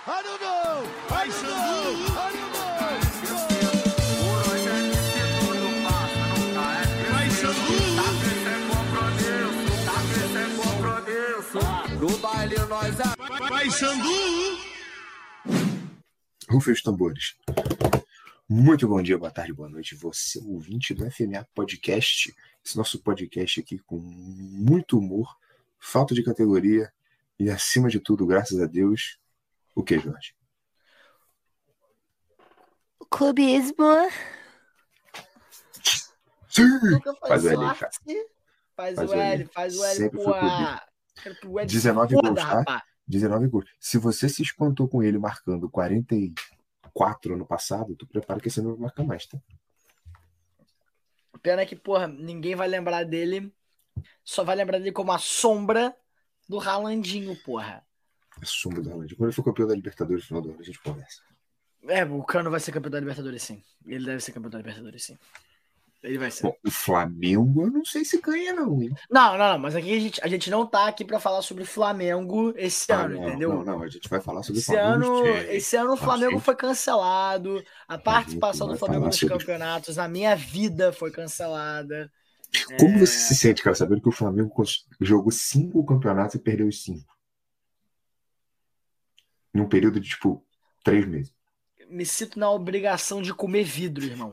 I don't know. I don't know. I don't know. No baile nós Vai, Xandu! Rufem os tambores. Muito bom dia, boa tarde, boa noite. Você, ouvinte do FMA Podcast. Esse nosso podcast aqui com muito humor, falta de categoria e, acima de tudo, graças a Deus, o que, Jorge? Clubismo. Sim! Nunca foi Faz o L, sorte. cara. Faz Faz o L, faz o L, Sempre pô. foi clubismo. Quero que o L 19 foda, gols, tá? rapaz. 19 gols. Se você se espantou com ele marcando 44 ano passado, tu prepara que esse ano vai marcar mais, tá? Pena que, porra, ninguém vai lembrar dele. Só vai lembrar dele como a sombra do Haalandinho, porra. É sombra do Haaland. Quando ele for campeão da Libertadores no final do ano, a gente conversa. É, o Cano vai ser campeão da Libertadores, sim. Ele deve ser campeão da Libertadores, sim. Ele vai ser. Bom, o Flamengo, eu não sei se ganha, não, hein? Não, mas aqui a gente não tá aqui pra falar sobre Flamengo esse ano, entendeu? Não, a gente vai falar sobre Esse ano o Flamengo gente. foi cancelado. A participação vai do Flamengo falar nos sobre- campeonatos na minha vida foi cancelada. Como você se sente, cara, sabendo que o Flamengo jogou 5 campeonatos e perdeu os 5? Em um período de, 3 meses. Me sinto na obrigação de comer vidro, irmão.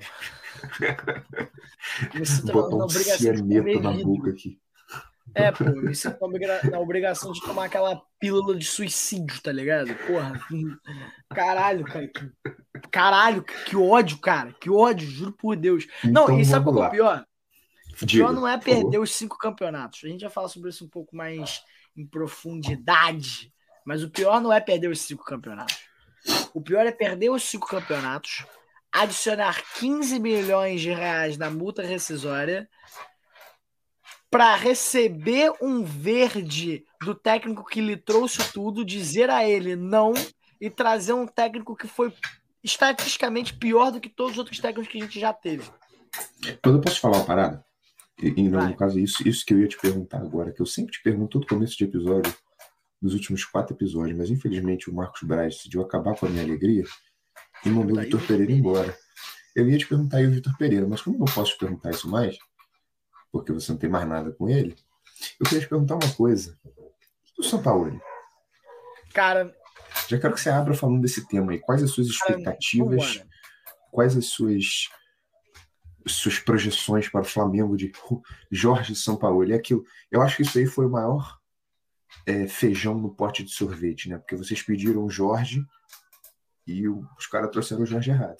Me sinto Botar na um obrigação de cianeto comer na vidro. boca aqui. É, pô, eu me sinto na obrigação de tomar aquela pílula de suicídio, tá ligado? Porra, caralho, cara. Caralho, que ódio, cara. Que ódio, juro por Deus. Não, Então, e sabe qual vamos que é lá. o pior? O Diga, pior não é por favor. perder os 5 campeonatos. A gente vai falar sobre isso um pouco mais em profundidade. Mas o pior não é perder os 5 campeonatos. O pior é perder os 5 campeonatos, adicionar 15 milhões de reais na multa rescisória para receber um verde do técnico que lhe trouxe tudo, dizer a ele não e trazer um técnico que foi estatisticamente pior do que todos os outros técnicos que a gente já teve. Mas eu posso te falar uma parada? Vai. No caso, isso que eu ia te perguntar agora, que eu sempre te pergunto todo começo de episódio, dos últimos 4 episódios, mas infelizmente o Marcos Braz decidiu acabar com a minha alegria e mandou o Tá aí, Vitor Vitor Pereira Pereira. embora. Eu ia te perguntar aí o Vitor Pereira, mas como eu não posso te perguntar isso mais, porque você não tem mais nada com ele, eu queria te perguntar uma coisa. E o Sampaoli? Cara, Já quero que você abra falando desse tema aí. Quais as suas expectativas? vambora. Quais as suas projeções para o Flamengo de Jorge Sampaoli? É aquilo. Eu acho que isso aí foi o maior feijão no pote de sorvete, né? Porque vocês pediram o Jorge e os caras trouxeram o Jorge errado.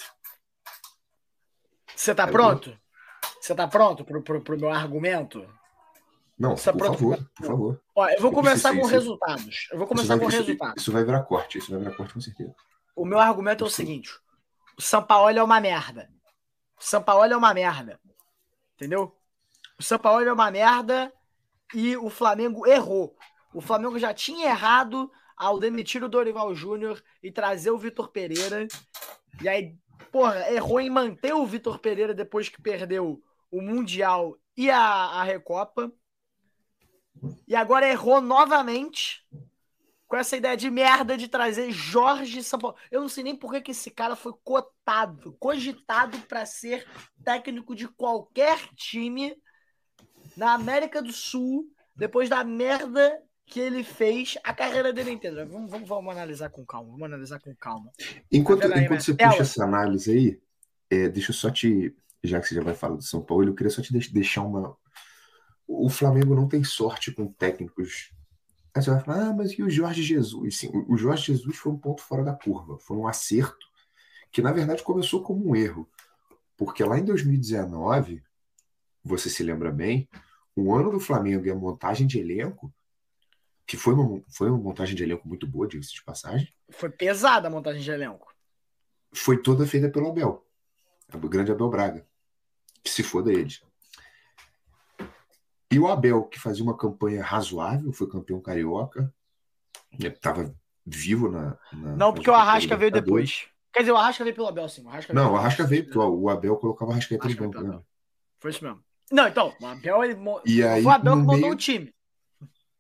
Você tá pronto? Você tá pronto pro meu argumento? Não, Você tá por pronto? favor. Ó, eu vou começar com Isso- resultados. Eu vou começar com resultados. Isso vai virar corte. Isso vai virar corte com certeza. O meu argumento é o seguinte: o Sampaoli é uma merda. O Sampaoli é uma merda. Entendeu? O Sampaoli é uma merda e o Flamengo errou. O Flamengo já tinha errado ao demitir o Dorival Júnior e trazer o Vitor Pereira. E aí, porra, errou em manter o Vitor Pereira depois que perdeu o Mundial e a Recopa. E agora errou novamente com essa ideia de merda de trazer Jorge Sampaoli. Eu não sei nem por que esse cara foi cogitado para ser técnico de qualquer time na América do Sul, depois da merda que ele fez a carreira dele inteira. Vamos analisar com calma. Enquanto Tá vendo aí, você Marcelo? puxa essa análise aí, deixa eu só já que você já vai falar do São Paulo, eu queria só te deixar uma... O Flamengo não tem sorte com técnicos. Aí você vai falar, mas e o Jorge Jesus? Sim, o Jorge Jesus foi um ponto fora da curva. Foi um acerto que, na verdade, começou como um erro. Porque lá em 2019, você se lembra bem, o ano do Flamengo e a montagem de elenco, que foi uma montagem de elenco muito boa, diga-se de passagem, Foi pesada a montagem de elenco. foi toda feita pelo Abel. O grande Abel Braga. Que se foda eles. E o Abel, que fazia uma campanha razoável, foi campeão carioca, estava vivo na Não, porque o Arrasca veio depois. Quer dizer, o Arrasca veio pelo Abel, sim. O Arrasca veio, porque o Abel colocava o Arrascaeta no banco. Né? Foi isso mesmo. Não, então, o Abel, E aí, foi o Abel que no montou meio- o time.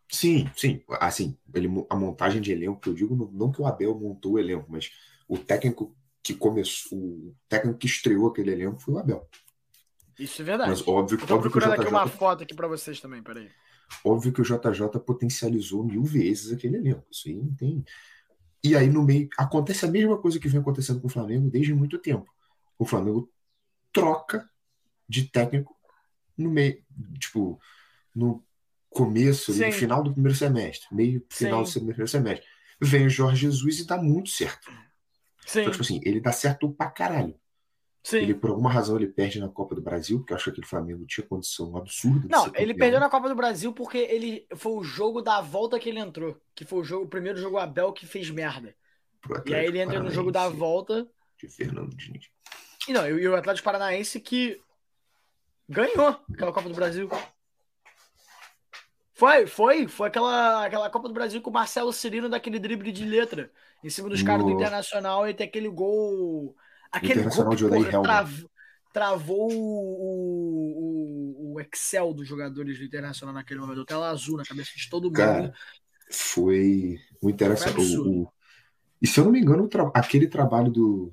Sim, sim. Assim, a montagem de elenco, que eu digo, não que o Abel montou o elenco, mas o técnico que começou, o técnico que estreou aquele elenco foi o Abel. Isso é Mas verdade. óbvio, Eu tô óbvio que o procurando aqui uma JJ, foto aqui pra vocês também, peraí. óbvio que o JJ potencializou 1000 vezes aquele elenco. Isso aí não tem. E aí no meio acontece a mesma coisa que vem acontecendo com o Flamengo desde muito tempo. O Flamengo troca de técnico no meio, tipo, no começo, ali, no Sim, final do primeiro semestre, meio final do sim, primeiro semestre. Vem o Jorge Jesus e dá muito certo. Então, tipo sim, assim, ele dá certo pra caralho. Ele, sim. por alguma razão, ele perde na Copa do Brasil, porque eu acho que aquele Flamengo tinha condição absurda de Não, ser ele perdeu campeão na Copa do Brasil porque ele foi o jogo da volta que ele entrou, que foi o primeiro jogo Abel que fez merda. pro E aí Atlético ele entra no jogo da Paranaense volta de Fernando Diniz. e não, e o Atlético Paranaense que ganhou aquela Copa do Brasil. Foi aquela Copa do Brasil com o Marcelo Cirino daquele drible de letra em cima dos caras do No Internacional e tem aquele gol. Aquele gol Internacional que, de Odair porra, Helma. travou o Excel dos jogadores do Internacional naquele momento. Tela azul na cabeça de todo mundo. Cara, foi o Foi Internacional. absurdo. E se eu não me engano, aquele trabalho do.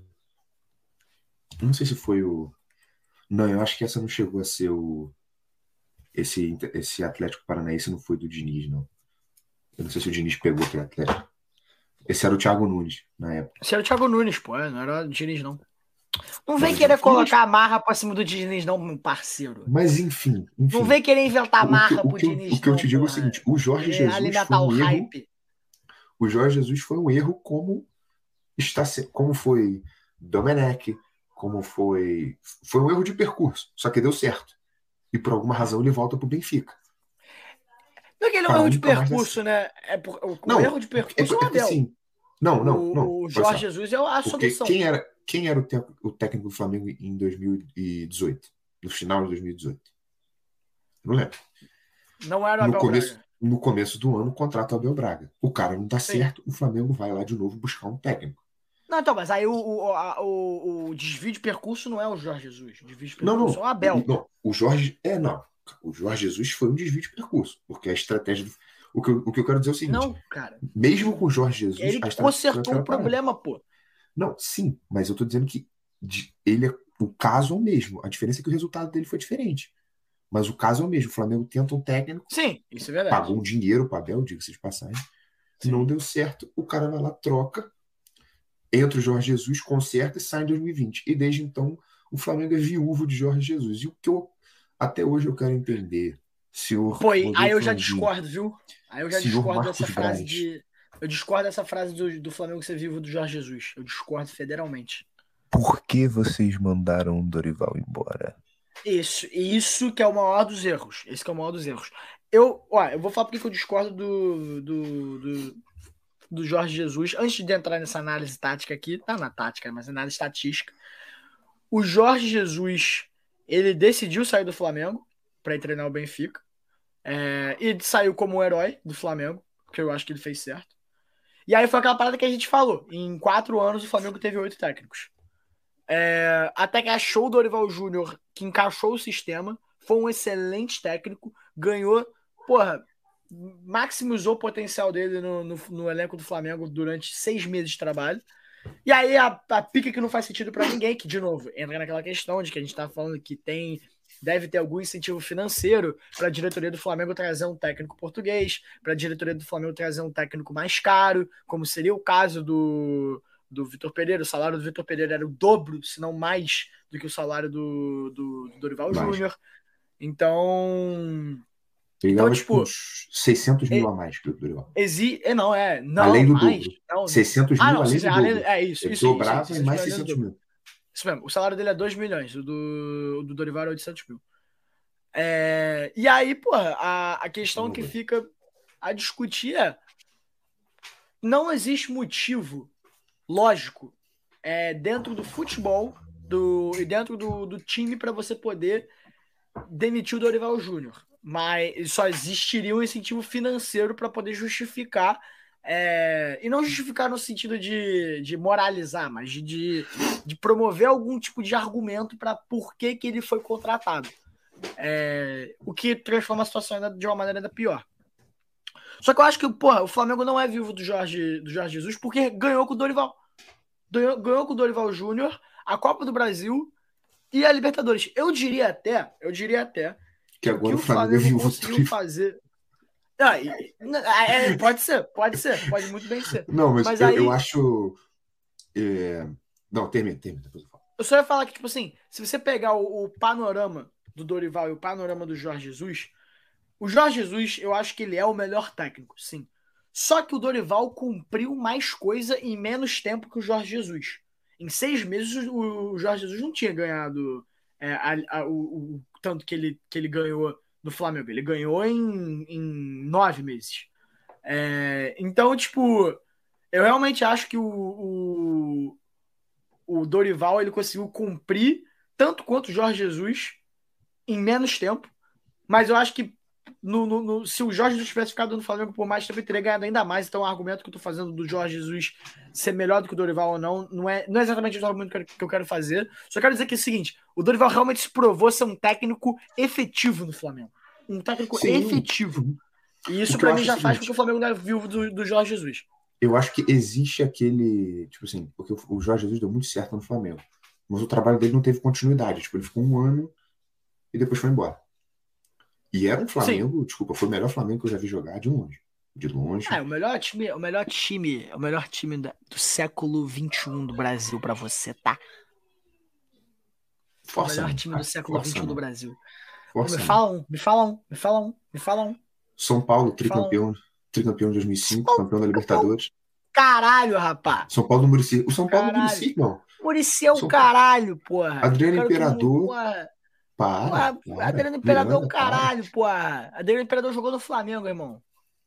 Não sei se foi o. Não, eu acho que essa não chegou a ser o. Esse Atlético Paranaense não foi do Diniz, não. Eu não sei se o Diniz pegou aquele Atlético. Esse era o Thiago Nunes, na época. Esse era o Thiago Nunes, pô. Não era o Diniz, não. Não Mas vem o querer Diniz. colocar a marra pra cima do Diniz, não, meu parceiro. Mas enfim, Não enfim. vem querer inventar O que, marra o pro que, eu, o Diniz, que eu não, te digo é o porra. seguinte: o Jorge Querer Jesus foi alimentar o um erro. hype. O Jorge Jesus foi um erro como foi Domenech, como foi um erro de percurso, só que deu certo. E por alguma razão ele volta pro Benfica. Não é que ele é um Para erro de nunca mais dar percurso, certo. né? O Não, erro de é percurso é o porque Abel. assim. Não, não, não. O Olha Jorge só. Jesus é a Porque solução. quem era o técnico do Flamengo em 2018? No final de 2018? Não lembro. Não era o No Abel começo, Braga. no começo do ano, contrata o Abel Braga. O cara não dá Sim. certo, o Flamengo vai lá de novo buscar um técnico. Não, então, mas aí o desvio de percurso não é o Jorge Jesus. O desvio de Não, percurso é não. o Abel. Não. O Jorge. Não. O Jorge Jesus foi um desvio de percurso, porque a estratégia. O que eu quero dizer é o seguinte: Não, cara. mesmo com o Jorge Jesus, Ele a estratégia foi consertou aquela o parada. problema, pô. Não, sim, mas eu tô dizendo que o caso é o mesmo. A diferença é que o resultado dele foi diferente. Mas o caso é o mesmo. O Flamengo tenta um técnico, Sim, isso é verdade. pagou um dinheiro para o Abel, diga-se de passagem. Sim. Não deu certo, o cara vai lá, troca, entra o Jorge Jesus, conserta e sai em 2020. E desde então, o Flamengo é viúvo de Jorge Jesus. E o que até hoje eu quero entender, senhor Pô, aí Rodolfo eu já Landim, discordo, viu? Aí eu já senhor discordo dessa Marcos frase Braz, de. Eu discordo dessa frase do Flamengo ser vivo do Jorge Jesus. Eu discordo federalmente. Por que vocês mandaram o Dorival embora? Isso que é o maior dos erros. Esse que é o maior dos erros. Eu vou falar porque que eu discordo do Jorge Jesus. Antes de entrar nessa análise tática aqui, tá na tática, mas análise estatística. O Jorge Jesus, ele decidiu sair do Flamengo para ir treinar o Benfica. E saiu como um herói do Flamengo, que eu acho que ele fez certo. E aí foi aquela parada que a gente falou. Em 4 anos, o Flamengo teve 8 técnicos. Até que achou o Dorival Júnior, que encaixou o sistema, foi um excelente técnico, ganhou, maximizou o potencial dele no elenco do Flamengo durante 6 meses de trabalho. E aí a pica que não faz sentido para ninguém, que de novo, entra naquela questão de que a gente tá falando que deve ter algum incentivo financeiro para a diretoria do Flamengo trazer um técnico português, para a diretoria do Flamengo trazer um técnico mais caro, como seria o caso do Vitor Pereira. O salário do Vitor Pereira era o dobro, se não mais, do que o salário do Dorival Júnior. Então, tipo, uns 600 mil a mais que o Dorival. Não, além do mais. dobro. Não, 600 mil além do dobro. Isso. Dobrava e mais 600 mil. Isso mesmo. O salário dele é 2 milhões. O do Dorival é 800 mil. E aí, a questão que fica a discutir é: não existe motivo lógico dentro do futebol e dentro do time para você poder demitir o Dorival Júnior. Mas só existiria um incentivo financeiro para poder justificar, e não justificar no sentido de moralizar, mas de promover algum tipo de argumento para por que ele foi contratado. O que transforma a situação de uma maneira ainda pior. Só que eu acho que, porra, o Flamengo não é vivo do Jorge Jesus porque ganhou com o Dorival. Ganhou com o Dorival Júnior, a Copa do Brasil e a Libertadores. Eu diria até Que o agora que o Flamengo é vivo do conseguiu Dorival. fazer. Pode ser, pode muito bem ser. Não, mas Mas eu aí, acho. Não, termina, depois eu falo. eu só ia falar que, tipo assim, se você pegar o panorama do Dorival e o panorama do Jorge Jesus, o Jorge Jesus, eu acho que ele é o melhor técnico, sim. Só que o Dorival cumpriu mais coisa em menos tempo que o Jorge Jesus. Em 6 meses, o Jorge Jesus não tinha ganhado o tanto que ele ganhou do Flamengo. Ele ganhou em 9 meses. Então, tipo, eu realmente acho que o Dorival ele conseguiu cumprir tanto quanto o Jorge Jesus em menos tempo. Mas eu acho que se o Jorge Jesus tivesse ficado no Flamengo por mais tempo, ele teria ganhado ainda mais. Então, o argumento que eu tô fazendo do Jorge Jesus ser melhor do que o Dorival ou não é exatamente o argumento que eu quero fazer. Só quero dizer que é o seguinte: o Dorival realmente se provou ser um técnico efetivo no Flamengo. Um técnico efetivo. E isso, pra mim, já faz com que o Flamengo não é vivo do Jorge Jesus. Eu acho que existe aquele. Tipo assim, porque o Jorge Jesus deu muito certo no Flamengo. Mas o trabalho dele não teve continuidade. Tipo, ele ficou um ano e depois foi embora. E era um Flamengo, Sim. desculpa, foi o melhor Flamengo que eu já vi jogar de longe. De longe. O melhor time do século XXI do Brasil pra você, tá? Força o melhor não, time cara. do século Força XXI do não. Brasil. Força Me fala um. São Paulo, tricampeão em 2005, campeão da Libertadores. Caralho, rapá. São Paulo do Muricy. O São Paulo do Caralho. Muricy, irmão. Muricy é o caralho, porra. Adriano Eu quero que Imperador. porra. Para. Adriano Imperador é o caralho, porra. Adriano Imperador jogou no Flamengo, irmão.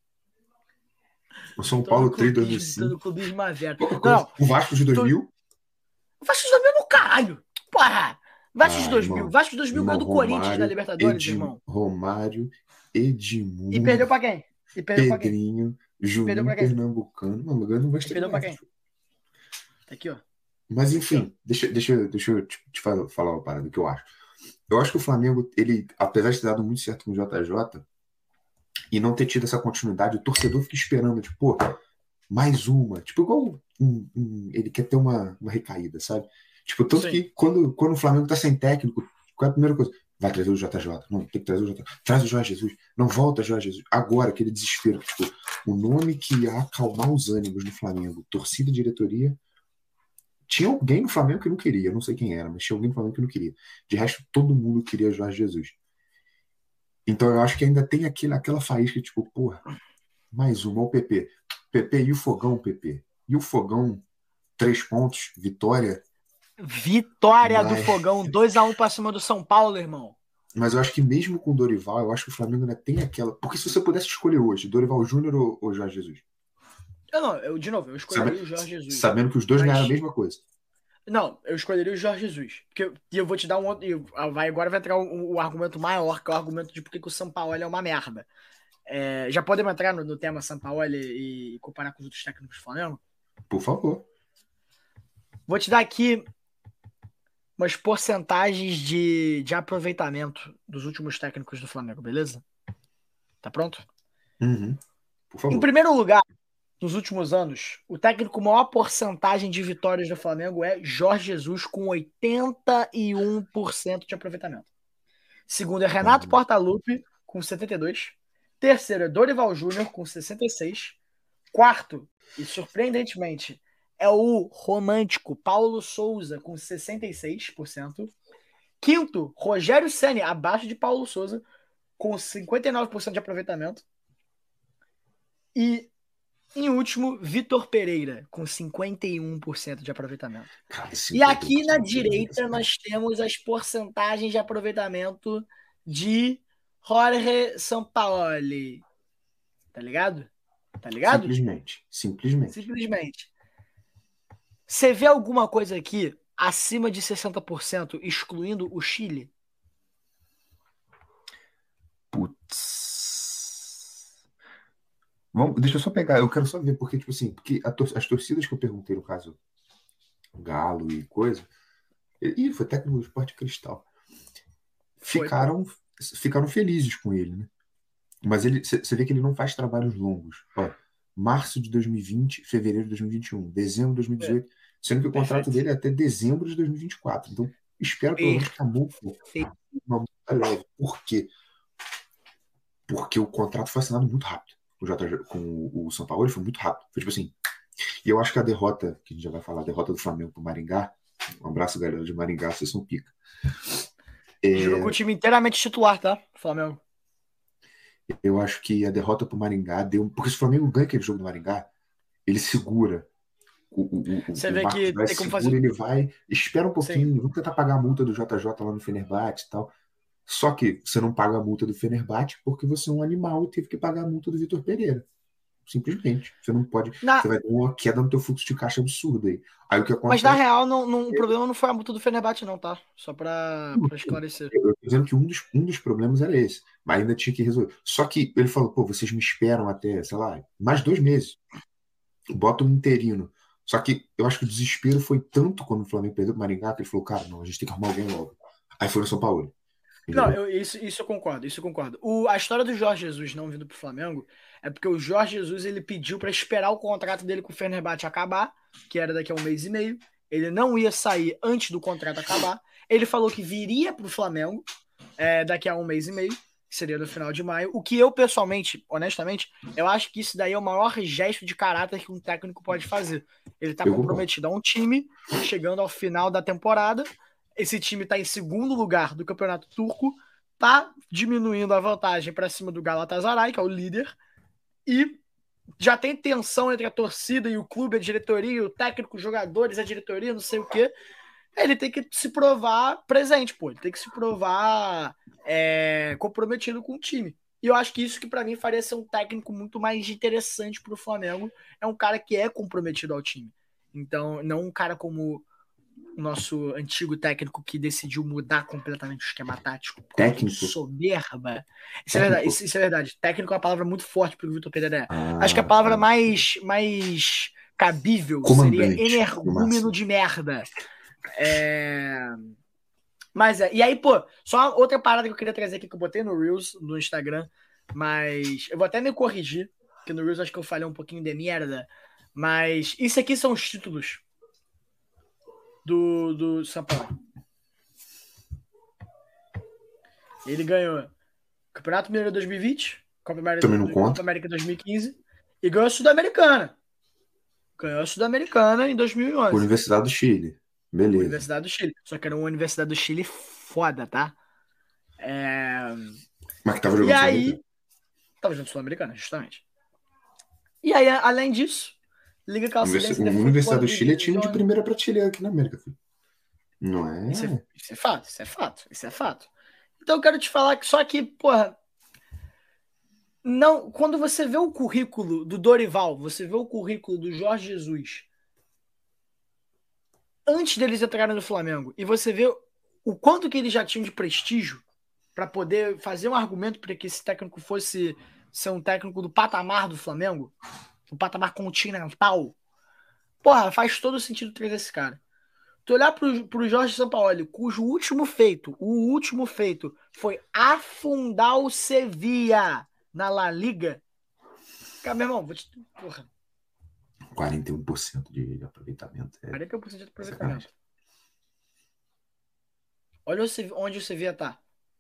O São Paulo 3 de 2005. Todo clubismo aberto. Não, o Vasco de 2000. O Vasco de 2000 é o caralho. Porra. Vasco de 2000. Irmão. Vasco de 2000 ganhou do Corinthians na Libertadores, irmão. Romário, Edmundo. E perdeu pra quem? Pedrinho, Juninho Pernambucano. Mano, não vai perdeu pra quem? Tá aqui, ó. Mas enfim, deixa eu te falar uma parada que eu acho. Eu acho que o Flamengo, ele, apesar de ter dado muito certo com o JJ e não ter tido essa continuidade, o torcedor fica esperando, tipo, pô, mais uma. Tipo, igual ele quer ter uma recaída, sabe? Tipo, tanto Sim. que quando o Flamengo tá sem técnico, qual é a primeira coisa? Vai trazer o JJ. Não, tem que trazer o JJ. Traz o Jorge Jesus. Não volta o Jorge Jesus. Agora, aquele desespero. Tipo, o nome que ia acalmar os ânimos no Flamengo, torcida e diretoria. Tinha alguém no Flamengo que não queria. Não sei quem era, mas tinha alguém no Flamengo que não queria. De resto, todo mundo queria Jorge Jesus. Então, eu acho que ainda tem aquela faísca, tipo, porra, mais uma. O PP. PP e o Fogão, PP. E o Fogão, 3 pontos, vitória. Vitória do Fogão, 2-1 pra cima do São Paulo, irmão. Mas eu acho que mesmo com o Dorival, eu acho que o Flamengo ainda tem aquela. Porque se você pudesse escolher hoje, Dorival Júnior ou Jorge Jesus? Eu escolheria o Jorge Jesus. Sabendo que os dois ganharam a mesma coisa. Não, eu escolheria o Jorge Jesus. E eu vou te dar um outro. Agora vai entrar o argumento maior, que é o argumento de por que o Sampaoli é uma merda. Já podemos entrar no tema Sampaoli e comparar com os outros técnicos do Flamengo? Por favor. Vou te dar aqui umas porcentagens de aproveitamento dos últimos técnicos do Flamengo, beleza? Tá pronto? Uhum. Por favor. Em primeiro lugar, nos últimos anos, o técnico com maior porcentagem de vitórias do Flamengo é Jorge Jesus, com 81% de aproveitamento. Segundo é Renato Portaluppi, com 72%. Terceiro é Dorival Júnior, com 66%. Quarto, e surpreendentemente, é o romântico Paulo Souza, com 66%. Quinto, Rogério Ceni, abaixo de Paulo Souza, com 59% de aproveitamento. E, em último, Vitor Pereira, com 51% de aproveitamento. Cara, e aqui na direita nós temos as porcentagens de aproveitamento de Jorge Sampaoli. Tá ligado? Tá ligado? Simplesmente. Você vê alguma coisa aqui acima de 60%, excluindo o Chile? Putz. Deixa eu só pegar, eu quero só ver, porque, tipo assim, as torcidas que eu perguntei, no caso, Galo e coisa, e foi técnico do Sport Cristal, ficaram felizes com ele, né? Mas você vê que ele não faz trabalhos longos. Ó, março de 2020, fevereiro de 2021, dezembro de É, 2018, sendo que o contrato perfeito. dele é até dezembro de 2024. Então, espero pelo menos que a multa, Perfeito. uma multa leve. Por quê? Porque o contrato foi assinado muito rápido. Com o São Paulo, ele foi muito rápido. Foi tipo assim. E eu acho que a derrota, que a gente já vai falar, a derrota do Flamengo pro Maringá, um abraço, galera de Maringá, vocês são pica. Jogou com o time inteiramente titular, tá? Flamengo. Eu acho que a derrota pro Maringá deu. Porque se o Flamengo ganha aquele jogo do Maringá, ele segura. Você O vê Marcos que Braz tem como segura, fazer. ele vai, espera um Sim. pouquinho, vamos tentar pagar a multa do JJ lá no Fenerbahçe e tal. Só que você não paga a multa do Fenerbahçe porque você é um animal e teve que pagar a multa do Vitor Pereira. Simplesmente. Você não pode. Você Na, vai ter uma queda no teu fluxo de caixa absurdo aí. Aí o que mas na acontece? real, o problema não foi a multa do Fenerbahçe, não, tá? Só pra esclarecer. Eu tô dizendo que um dos problemas era esse, mas ainda tinha que resolver. Só que ele falou, pô, vocês me esperam até, sei lá, mais 2 meses. Bota um interino. Só que eu acho que o desespero foi tanto quando o Flamengo perdeu o Maringá que ele falou, cara, não, a gente tem que arrumar alguém logo. Aí foi no São Paulo. Não, Entendeu? isso eu concordo, isso eu concordo. A história do Jorge Jesus não vindo pro Flamengo é porque o Jorge Jesus ele pediu pra esperar o contrato dele com o Fenerbahçe acabar, que era daqui a 1 mês e meio. Ele não ia sair antes do contrato acabar. Ele falou que viria pro Flamengo daqui a 1 mês e meio, que seria no final de maio. O que eu, pessoalmente, honestamente, eu acho que isso daí é o maior gesto de caráter que um técnico pode fazer. Ele tá Eu concordo. comprometido a um time, chegando ao final da temporada. Esse time está em segundo lugar do campeonato turco, tá diminuindo a vantagem para cima do Galatasaray, que é o líder, e já tem tensão entre a torcida e o clube, a diretoria, o técnico, os jogadores, a diretoria, não sei o quê. Ele tem que se provar presente, pô. Ele tem que se provar comprometido com o time. E eu acho que isso que para mim faria ser um técnico muito mais interessante para o Flamengo. É um cara que é comprometido ao time. Então, não um cara como o nosso antigo técnico que decidiu mudar completamente o esquema tático por causa de Técnico. soberba. Isso é Técnico. verdade. Isso é verdade. Técnico é uma palavra muito forte para o Vitor Pereira. Ah, Acho que a palavra mais cabível comandante, seria energúmeno de merda. Mas e aí, pô, só outra parada que eu queria trazer aqui que eu botei no Reels, no Instagram, mas eu vou até me corrigir, porque no Reels acho que eu falei um pouquinho de merda, mas isso aqui são os títulos do São Paulo. Ele ganhou Campeonato Mineiro 2020, Copa América 2015 e ganhou a Sul-Americana. Ganhou a Sul-Americana em 2011. Universidade do Chile. Beleza. Universidade do Chile. Só que era uma Universidade do Chile foda, tá? Mas que tava jogando Sul-Americana. Tava jogando Sul-Americana, justamente. E aí, além disso, Liga Calcilense... Universidade do Chile é time de primeira prateleira aqui na América, filho. Não é? Isso é fato. Então eu quero te falar que só que, porra, não, quando você vê o currículo do Dorival, você vê o currículo do Jorge Jesus, antes deles entrarem no Flamengo, e você vê o quanto que eles já tinham de prestígio para poder fazer um argumento para que esse técnico fosse ser um técnico do patamar do Flamengo, um patamar continental, porra, faz todo sentido trazer esse cara. Tu olhar pro Jorge Sampaoli, cujo último feito foi afundar o Sevilla na La Liga. Cara, meu irmão, vou te... Porra. 41% de aproveitamento. 41% de aproveitamento. Olha onde o Sevilla tá.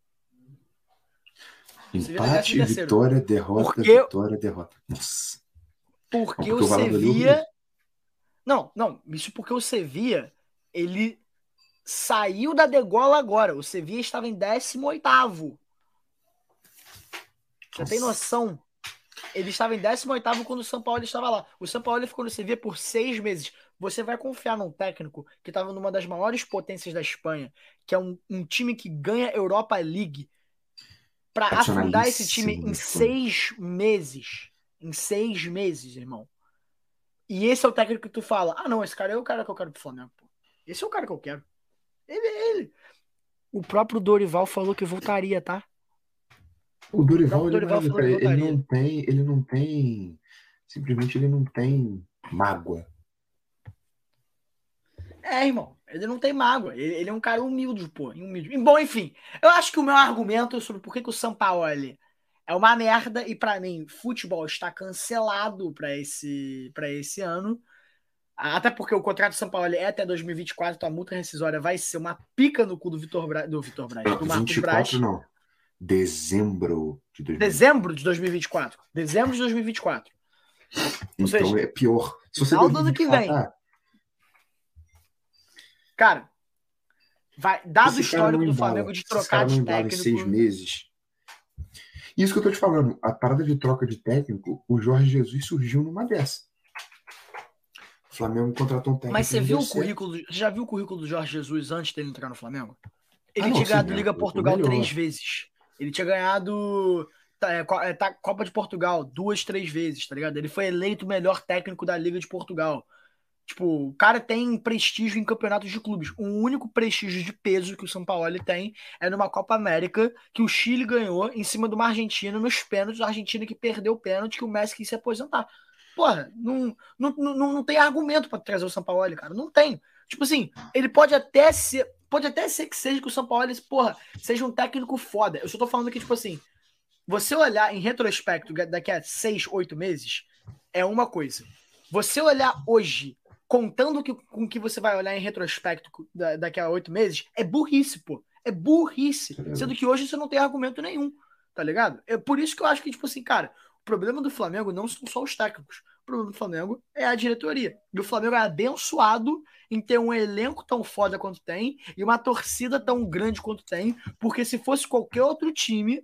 Empate, vitória, derrota, vitória, derrota. Nossa. Porque o Sevilla... Não, isso porque o Sevilla, ele saiu da degola agora. O Sevilla estava em 18º. Você tem noção? Ele estava em 18º quando o São Paulo estava lá. O São Paulo ficou no Sevilla por 6 meses. Você vai confiar num técnico que estava numa das maiores potências da Espanha, que é um time que ganha Europa League, para afundar esse time em 6 meses. Em 6 meses, irmão. E esse é o técnico que tu fala, não, esse cara é o cara que eu quero pro Flamengo, pô. Esse é o cara que eu quero. Ele. O próprio Dorival falou que voltaria, tá? O Dorival ele não tem, simplesmente ele não tem mágoa. Irmão, ele não tem mágoa. Ele é um cara humilde, pô. Bom, enfim, eu acho que o meu argumento sobre por que o Sampaoli é uma merda e pra mim futebol está cancelado pra esse ano. Até porque o contrato do São Paulo é até 2024, então a multa rescisória vai ser uma pica no cu do Vitor Braz, do Marcos Braz. Não. Dezembro de 2024. Dezembro de 2024. Dezembro de 2024. Então seja, é pior. Se você final do ano que vem. Cara, dado o histórico do Flamengo de trocar de técnico. Em 6 meses. Isso que eu tô te falando, a parada de troca de técnico, o Jorge Jesus surgiu numa dessa. O Flamengo contratou um técnico. Mas você viu o currículo? Já viu o currículo do Jorge Jesus antes dele entrar no Flamengo? Ele tinha ganhado Liga Portugal 3 vezes. Ele tinha ganhado Copa de Portugal 2, 3 vezes, tá ligado? Ele foi eleito o melhor técnico da Liga de Portugal. Tipo, o cara tem prestígio em campeonatos de clubes. O único prestígio de peso que o São Paulo tem é numa Copa América que o Chile ganhou em cima de uma Argentina nos pênaltis. A Argentina que perdeu o pênalti que o Messi quis se aposentar. Porra, não tem argumento pra trazer o São Paulo, cara. Não tem. Tipo assim, ele pode até ser que seja que o São Paulo, porra, seja um técnico foda. Eu só tô falando que, tipo assim, você olhar em retrospecto daqui a 6, 8 meses é uma coisa. Você olhar hoje, contando com que você vai olhar em retrospecto daqui a 8 meses, é burrice, pô. É burrice. Sendo que hoje você não tem argumento nenhum, tá ligado? É por isso que eu acho que, tipo assim, cara, o problema do Flamengo não são só os técnicos. O problema do Flamengo é a diretoria. E o Flamengo é abençoado em ter um elenco tão foda quanto tem e uma torcida tão grande quanto tem, porque se fosse qualquer outro time,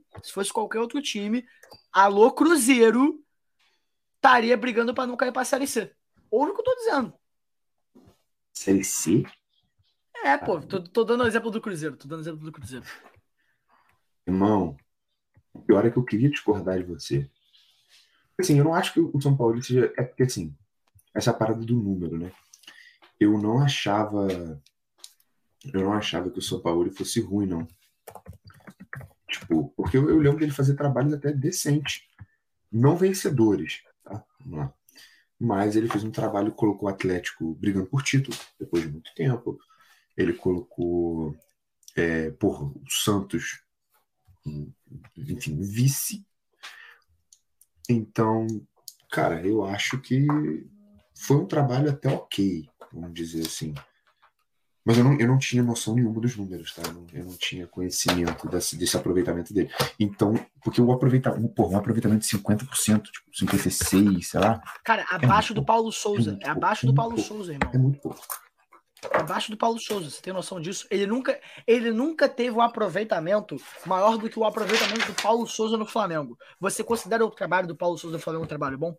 alô Cruzeiro, estaria brigando pra não cair pra Série C. Ouve o que eu tô dizendo. Série C? É, pô, tô dando exemplo do Cruzeiro. Irmão, o pior é que eu queria discordar de você. Assim, eu não acho que o São Paulo seja... É porque, assim, essa parada do número, né? Eu não achava que o São Paulo fosse ruim, não. Tipo, porque eu lembro dele fazer trabalhos até decentes. Não vencedores, tá? Não. Mas ele fez um trabalho, colocou o Atlético brigando por título, depois de muito tempo. Ele colocou o Santos, enfim, vice. Então, cara, eu acho que foi um trabalho até ok, vamos dizer assim. Mas eu não tinha noção nenhuma dos números, tá? Eu não tinha conhecimento desse aproveitamento dele. Então, porque um aproveitamento de 50%, tipo, 56%, sei lá. Cara, abaixo do Paulo Souza. É abaixo do Paulo Souza, irmão. É muito pouco. Abaixo do Paulo Souza, você tem noção disso? Ele nunca teve um aproveitamento maior do que o aproveitamento do Paulo Souza no Flamengo. Você considera o trabalho do Paulo Souza no Flamengo um trabalho bom?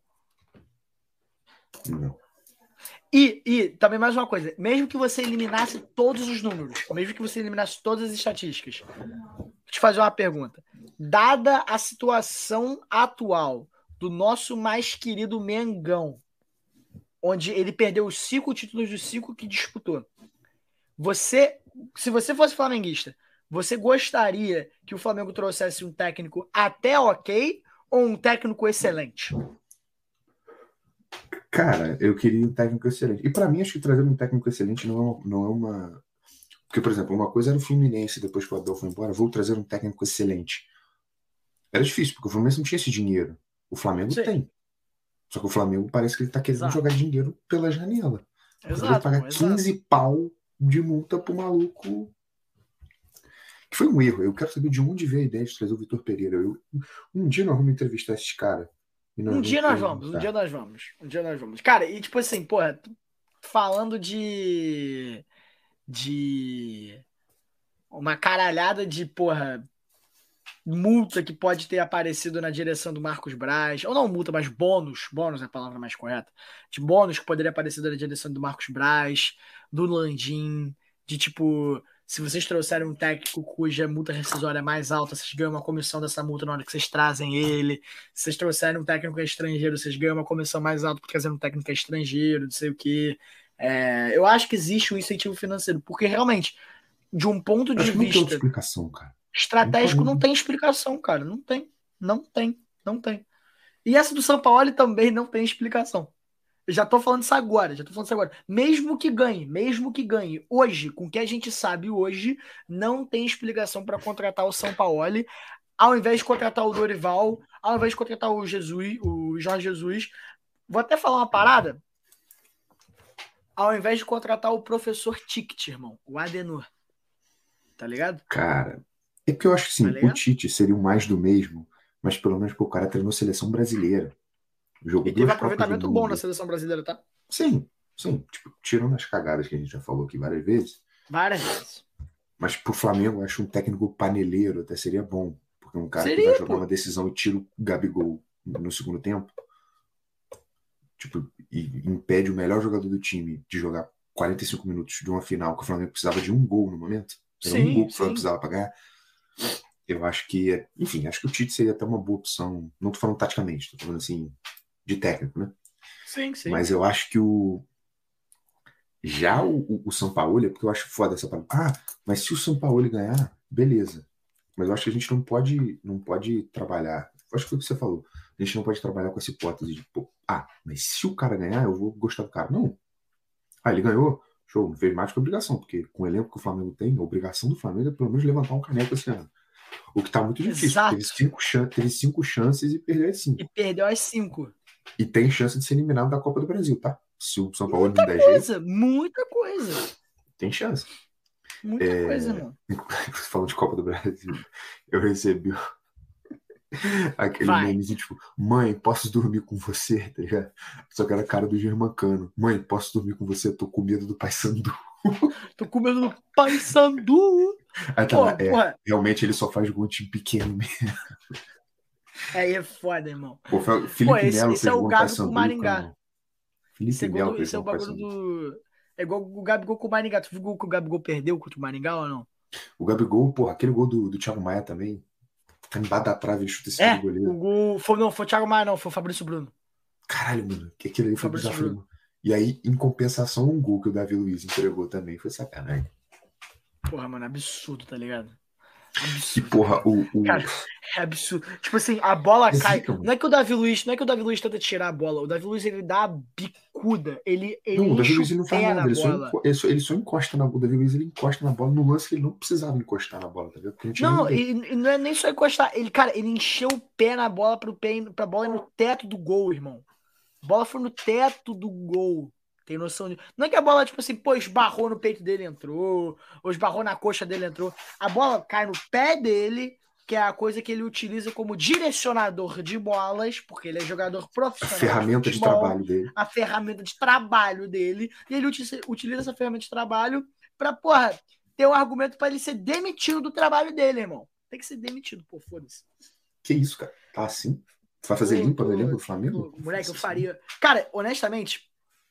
Não. E também mais uma coisa, mesmo que você eliminasse todos os números, mesmo que você eliminasse todas as estatísticas, vou te fazer uma pergunta. Dada a situação atual do nosso mais querido Mengão, onde ele perdeu os 5 títulos dos 5 que disputou, se você fosse flamenguista, você gostaria que o Flamengo trouxesse um técnico até ok ou um técnico excelente? Cara, eu queria um técnico excelente. E pra mim, acho que trazer um técnico excelente não é uma... Porque, por exemplo, uma coisa era o Fluminense, depois que o Abel foi embora, vou trazer um técnico excelente. Era difícil, porque o Fluminense não tinha esse dinheiro. O Flamengo tem. Só que o Flamengo parece que ele tá querendo jogar dinheiro pela janela. Ele vai pagar 15 pau de multa pro maluco. Que foi um erro. Eu quero saber de onde veio a ideia de trazer o Vitor Pereira. Um dia nós vamos entrevistar esses caras. Um dia nós vamos. Cara, e tipo assim, porra, falando de uma caralhada de, porra, multa que pode ter aparecido na direção do Marcos Braz, ou não multa, mas bônus é a palavra mais correta, de bônus que poderia aparecer na direção do Marcos Braz, do Landim, de tipo... Se vocês trouxerem um técnico cuja multa rescisória é mais alta, vocês ganham uma comissão dessa multa na hora que vocês trazem ele. Se vocês trouxerem um técnico estrangeiro, vocês ganham uma comissão mais alta por trazer um técnico estrangeiro, não sei o quê. Eu acho que existe um incentivo financeiro, porque realmente, de um ponto de vista não tem explicação, cara. Estratégico, não tem explicação, cara. Não tem. E essa do São Paulo também não tem explicação. Eu já tô falando isso agora. Mesmo que ganhe. Hoje, com o que a gente sabe hoje, não tem explicação para contratar o São Paulo ao invés de contratar o Dorival, ao invés de contratar o Jorge Jesus, vou até falar uma parada, ao invés de contratar o professor Ticket, irmão, o Adenor, tá ligado? Cara, é porque eu acho que sim, Tá ligado? o Tite seria o mais do mesmo, mas pelo menos o cara treinou seleção brasileira. Jogou Ele teve duas Copas do aproveitamento bom na Mundo. seleção brasileira, tá? Sim, sim. Tipo, tirando as cagadas que a gente já falou aqui várias vezes. Várias vezes. Mas pro Flamengo, eu acho um técnico paneleiro até seria bom. Porque um cara que Seria, vai jogar pô. uma decisão e tira o Gabigol no segundo tempo, tipo, e impede o melhor jogador do time de jogar 45 minutos de uma final, que o Flamengo precisava de um gol no momento. Era um gol que o Flamengo precisava pagar. Eu acho que, enfim, acho que o Tite seria até uma boa opção. Não tô falando taticamente, tô falando assim, de técnico, né? Sim. Mas eu acho que já o Sampaoli, porque eu acho foda essa palavra. Mas se o Sampaoli ganhar, beleza. Mas eu acho que a gente não pode trabalhar. Eu acho que foi o que você falou. A gente não pode trabalhar com essa hipótese de, pô, mas se o cara ganhar, eu vou gostar do cara. Não. Ele ganhou, show, não fez mais que obrigação, porque com o elenco que o Flamengo tem, a obrigação do Flamengo é pelo menos levantar um caneco esse ano. O que tá muito difícil. Exato. Teve cinco chances e perdeu as 5. E perdeu as 5. E tem chance de ser eliminado da Copa do Brasil, tá? Se o São Paulo Muita não der coisa, jeito, muita coisa. tem chance. Muita coisa, irmão. Falando de Copa do Brasil, eu recebi aquele Vai. memezinho, tipo, mãe, posso dormir com você? Tá ligado? Só que era a cara do Germancano. Mãe, posso dormir com você? Eu tô com medo do Paysandu. Tô com medo do Paysandu. Aí tá Pô, lá, porra. realmente ele só faz gol de time pequeno mesmo. Aí é foda, irmão. Pô, Felipe Melo Esse é o Gabi com o Maringá. Felipe Melo fez Esse é o gol com bagulho Paysandu. do... É igual o Gabigol com o Maringá. Tu viu o gol que o Gabigol perdeu contra o Maringá ou não? O Gabigol, porra, aquele gol do Thiago Maia também. Tá embaixo da trave, ele chuta esse goleiro. O gol... Não, foi o Thiago Maia, não. Foi o Fabrício Bruno. Caralho, mano. Que aquilo ali foi Fabrício bizarro. Bruno. E aí, em compensação, um gol que o Davi Luiz entregou também. Foi sacanagem. Porra, mano, absurdo, tá ligado? E, Absurdo. porra, Cara, é absurdo. Tipo assim, a bola cai. zica, mano. Não é que o Davi Luiz tenta tirar a bola. O Davi Luiz, ele dá a bicuda. Ele Não, o Davi enche Luiz ele não o faz pé nada. na Ele bola. só encosta na bola. O Davi Luiz ele encosta na bola no lance que ele não precisava encostar na bola, tá ligado? Porque não tinha Não, ninguém. e não é nem só encostar. Ele, cara, ele encheu o pé na bola pra bola ir no teto do gol, irmão. A bola foi no teto do gol. Tem noção de... Não é que a bola, tipo assim, pô, esbarrou no peito dele, entrou. Ou esbarrou na coxa dele, entrou. A bola cai no pé dele, que é a coisa que ele utiliza como direcionador de bolas, porque ele é jogador A profissional. ferramenta de trabalho dele. A ferramenta de trabalho dele. E ele utiliza essa ferramenta de trabalho pra, porra, ter um argumento pra ele ser demitido do trabalho dele, irmão. Tem que ser demitido, pô, foda-se. Que isso, cara? Tá assim? Tu vai fazer limpa no elenco do Flamengo? Moleque, eu faria. Cara, honestamente,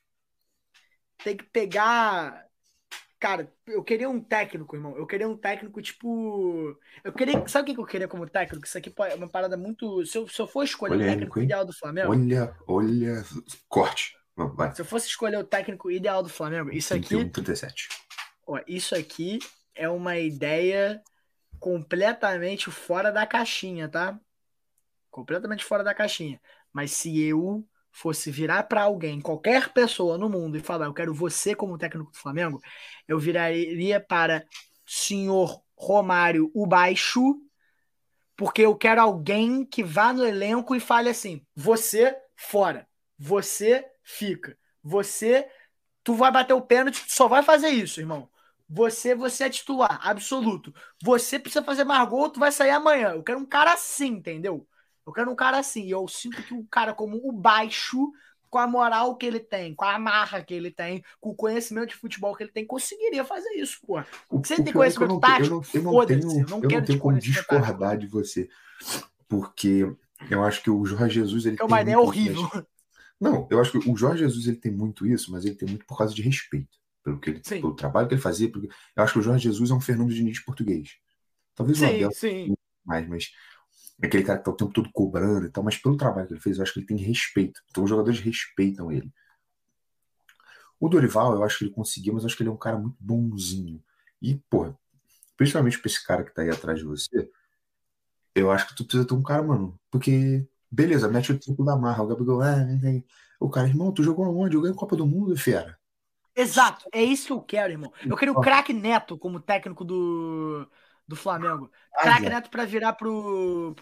tem que pegar. Cara, eu queria um técnico, irmão. Eu queria um técnico, tipo. Sabe o que eu queria como técnico? Isso aqui é uma parada muito. Se eu for escolher o técnico hein? ideal do Flamengo. Olha. Corte. Vamos, vai. Se eu fosse escolher o técnico ideal do Flamengo, isso aqui. 31, 37. Ó, isso aqui é uma ideia completamente fora da caixinha, tá? Completamente fora da caixinha. Mas se eu fosse virar pra alguém, qualquer pessoa no mundo, e falar, eu quero você como técnico do Flamengo, eu viraria para senhor Romário o Baixo, porque eu quero alguém que vá no elenco e fale assim, você fora, você fica, tu vai bater o pênalti, tu só vai fazer isso, irmão. Você é titular, absoluto. Você precisa fazer mais gol, tu vai sair amanhã. Eu quero um cara assim, entendeu? Eu quero um cara assim. E eu sinto que um cara como o Baixo, com a moral que ele tem, com a marra que ele tem, com o conhecimento de futebol que ele tem, conseguiria fazer isso, pô. Você tem conhecimento tático? Eu não tenho como discordar de você. Porque eu acho que o Jorge Jesus... É uma ideia horrível. Não, eu acho que o Jorge Jesus ele tem muito isso, mas ele tem muito por causa de respeito. Pelo trabalho que ele fazia. Eu acho que o Jorge Jesus é um Fernando Diniz português. Talvez o Abel mais, mas é aquele cara que tá o tempo todo cobrando e tal, mas pelo trabalho que ele fez, eu acho que ele tem respeito. Então os jogadores respeitam ele. O Dorival, eu acho que ele conseguiu, mas eu acho que ele é um cara muito bonzinho. E, pô, principalmente pra esse cara que tá aí atrás de você, eu acho que tu precisa ter um cara, mano, porque, beleza, mete o triplo da marra, o Gabigol, o cara, irmão, tu jogou aonde? Eu ganhei a Copa do Mundo, fera. Exato, é isso que eu quero, irmão. Eu queria o craque Neto como técnico do do Flamengo. Ah, Craque Zé. Neto pra virar pro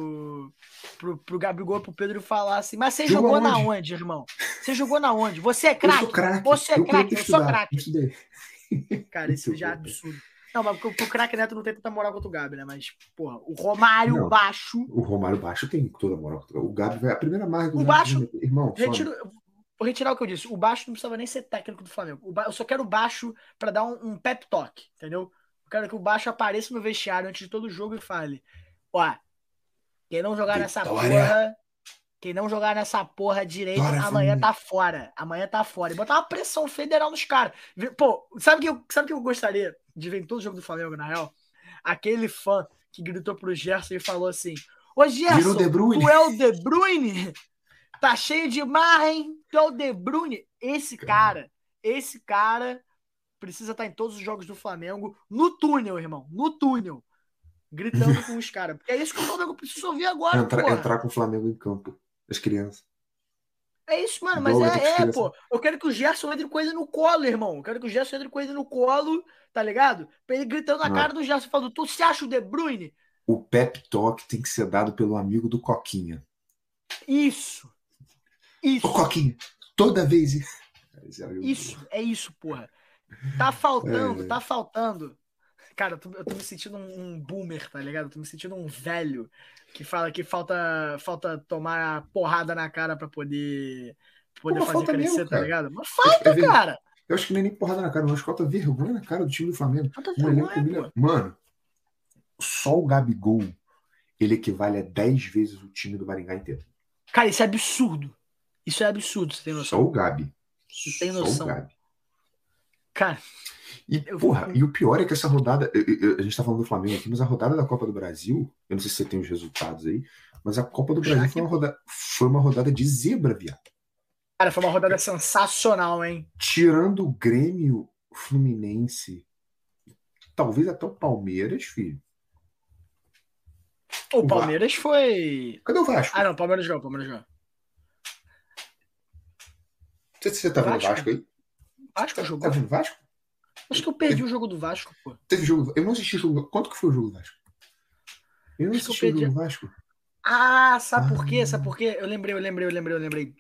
Gabigol, pro Pedro e falar assim, mas você Jogou jogou na aonde? onde, irmão? Você jogou na onde? Você é Eu craque? sou craque. Você é Eu queria craque? ter Eu sou estudado. craque. Eu estudei. Cara, isso Muito já é bom. absurdo. Não, mas pro Craque Neto não tem tanta moral quanto o Gabi, né? Mas, porra, o Romário Não. Baixo. O Romário Baixo tem toda a moral. O Gabi vai. A primeira marca que O o Gabi Baixo- vai meter. Irmão, some. Vou retirar o que eu disse. O Baixo não precisava nem ser técnico do Flamengo. Eu só quero o Baixo pra dar um pep talk, entendeu? Eu quero que o Baixo apareça no vestiário antes de todo jogo e fale: ó, quem não jogar nessa Vitória. porra. Quem não jogar nessa porra direito, Vitória, amanhã família. tá fora. Amanhã tá fora. E botar uma pressão federal nos caras. Pô, sabe o que eu gostaria de ver em todo jogo do Flamengo, na real? Aquele fã que gritou pro Gerson e falou assim: ô Virou Gerson, De Bruyne. tu é o De Bruyne? Tá cheio de marra, hein? Tu é o De Bruyne? Esse cara precisa estar em todos os jogos do Flamengo no túnel, irmão. No túnel. Gritando com os caras. Porque é isso que o Flamengo precisa ouvir agora, porra. Entrar com o Flamengo em campo. As crianças. É isso, mano, Igual mas eu tô com pô. Eu quero que o Gerson entre com ele no colo, irmão. Eu quero que o Gerson entre com ele no colo, tá ligado? Pra ele gritando na Não. cara do Gerson, falando: tu se acha o De Bruyne? O pep talk tem que ser dado pelo amigo do Coquinha. Isso. Ô, Coquinha, toda vez. Isso, é isso, porra. Tá faltando. Cara, eu tô me sentindo um boomer, tá ligado? Eu tô me sentindo um velho que fala que falta tomar porrada na cara pra poder Mas fazer falta crescer, mesmo, tá cara. ligado? Mas falta, cara. Eu acho que nem porrada na cara, mas falta vergonha na cara do time do Flamengo. Falta Um elenco vergonha, pô. Mano, só o Gabigol, ele equivale a 10 vezes o time do Maringá inteiro. Cara, isso é absurdo. Isso é absurdo, você tem noção? Só o Gabi. Você tem Só noção? o Gabi. Cara, E, e o pior é que essa rodada, a gente tá falando do Flamengo aqui, mas a rodada da Copa do Brasil, eu não sei se você tem os resultados aí, mas a Copa do Brasil foi uma rodada de zebra, viado. cara, foi uma rodada sensacional, hein? Tirando o Grêmio, Fluminense, talvez até o Palmeiras, filho. O Palmeiras foi... Cadê o Vasco? Ah, não, o Palmeiras jogou. Você tá vendo o Vasco aí? Vasco jogou? Tá vendo o Vasco? Acho que eu perdi o jogo do Vasco, pô. Teve jogo. Eu não assisti o jogo. Quanto que foi o jogo do Vasco? Eu não Acho que eu assisti o jogo perdi. do Vasco. Ah, sabe por quê? Sabe por quê? Eu lembrei.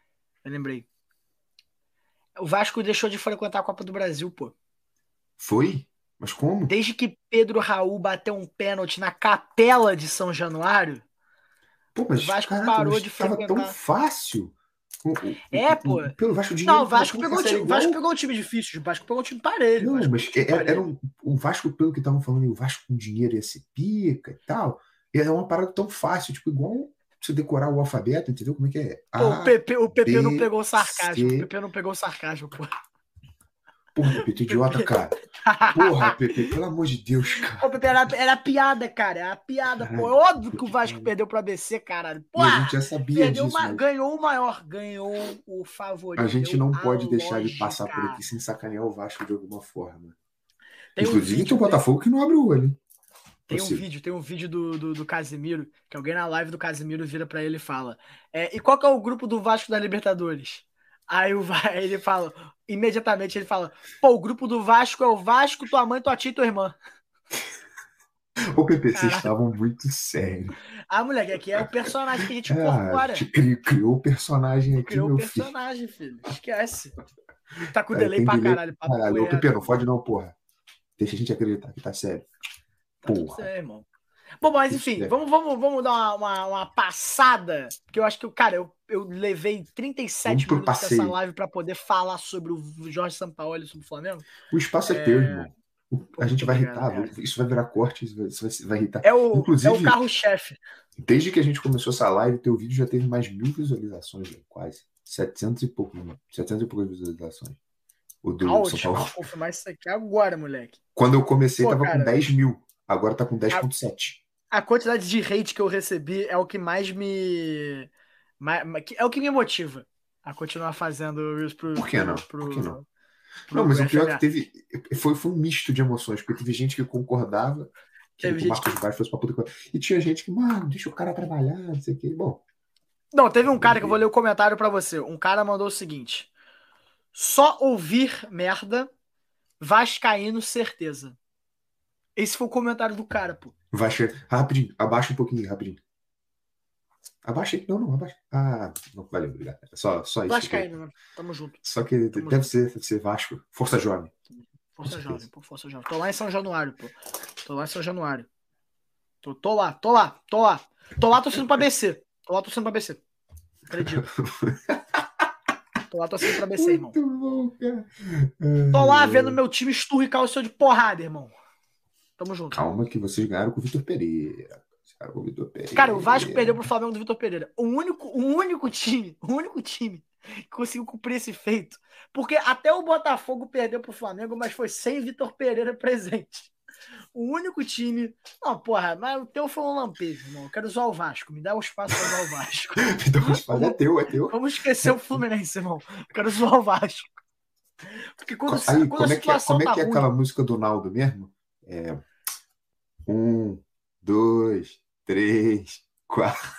O Vasco deixou de frequentar a Copa do Brasil, pô. Foi? Mas como? Desde que Pedro Raul bateu um pênalti na Capela de São Januário, Pô, mas o Vasco caraca, parou mas de tava frequentar. tão fácil. Pô. Pelo Vasco, o dinheiro Não, o Vasco tava pegou, com o Vasco pegou um time difícil, o Vasco pegou um time parelho. Não, Vasco mas pegou um time parelho. era o Vasco, pelo que estavam falando, o Vasco com dinheiro ia ser pica e tal. E é uma parada tão fácil, tipo, igual você decorar o alfabeto, entendeu? Como é que é? Pô, o PP não B, pegou o sarcasmo. C. O PP não pegou o sarcasmo, pô. Porra, Pepe, tu idiota, cara. Porra, Pepe, pelo amor de Deus, cara. O PP era piada, cara. Era piada, Caralho. pô. É óbvio que o Vasco perdeu pro ABC, caralho. Pô, E a gente já sabia disso, mas ganhou o maior. Ganhou o favorito. a gente não pode a deixar lógica. de passar por aqui sem sacanear o Vasco de alguma forma. Tem um Inclusive, vídeo, tem o Botafogo que não abre o olho, hein? Tem um vídeo do Casemiro, que alguém na live do Casemiro vira pra ele e fala: e qual que é o grupo do Vasco da Libertadores? Aí ele fala, imediatamente ele fala: pô, o grupo do Vasco é o Vasco, tua mãe, tua tia e tua irmã. Ô, Pepe, vocês estavam muito sérios. Ah, moleque, aqui é o personagem que a gente incorpora. A gente criou o personagem aqui, Criou meu o filho. personagem, filho. Esquece. Tá com Cara, delay tem pra delay caralho. pra caralho. Ô, Pepe, não fode não, porra. Deixa a gente acreditar que tá sério. Tá tudo Porra. certo, irmão. Bom, mas enfim, vamos dar uma passada, porque eu acho que, cara, eu levei 37 pro minutos passeio. dessa live pra poder falar sobre o Jorge Sampaoli e sobre o Flamengo. O espaço é teu, irmão. A gente vai obrigado, irritar, cara. isso vai virar corte, isso vai irritar. É o Inclusive, carro-chefe. desde que a gente começou essa live, teu vídeo já teve mais 1000 visualizações, velho, quase. 700 e poucos visualizações. O do São Paulo. Vou confirmar isso aqui agora, moleque. Quando eu comecei, Pô, tava cara, com 10 mil. Agora tá com 10,7. A quantidade de hate que eu recebi é o que mais é o que me motiva a continuar fazendo isso pro... Por que não? Pro, Por que não? pro Não, mas o pior FMA. é que teve. Foi um misto de emoções, porque teve gente que concordava que Teve o gente Marcos Braz fosse pra puta que... E tinha gente que, mano, deixa o cara trabalhar, não sei o quê. Bom. Não, teve um cara que eu vou ler o comentário pra você. Um cara mandou o seguinte: só ouvir merda, vascaíno certeza. Esse foi o comentário do cara, pô. Vai chegar. Rapidinho, abaixa um pouquinho, rapidinho. Abaixa aí. Não, abaixa. Ah, não, valeu, obrigado. Só isso. Vascaíno, mano. Tamo junto. Só que Tamo deve ser Vasco. Força Jovem. Força Com Jovem, certeza. pô. Força Jovem. Tô lá em São Januário, pô. Tô lá em São Januário. Tô lá. Tô lá torcendo pra BC. Acredito. Tô lá torcendo pra BC, irmão. Muito bom, cara. Tô lá vendo meu time esturricar o seu de porrada, irmão. Tamo junto. Calma que vocês ganharam com o Vitor Pereira. Cara, o Vasco perdeu pro Flamengo do Vitor Pereira. O único time que conseguiu cumprir esse feito. Porque até o Botafogo perdeu pro Flamengo, mas foi sem Vitor Pereira presente. O único time... Não, porra, mas o teu foi um lampejo, irmão. Eu quero zoar o Vasco. Me dá o espaço pra zoar o Vasco. Então, é teu. Vamos esquecer o Fluminense, irmão. Eu quero zoar o Vasco. Porque quando a Como situação é tá que é ruim... aquela música do Naldo mesmo? 1, 2, 3, 4.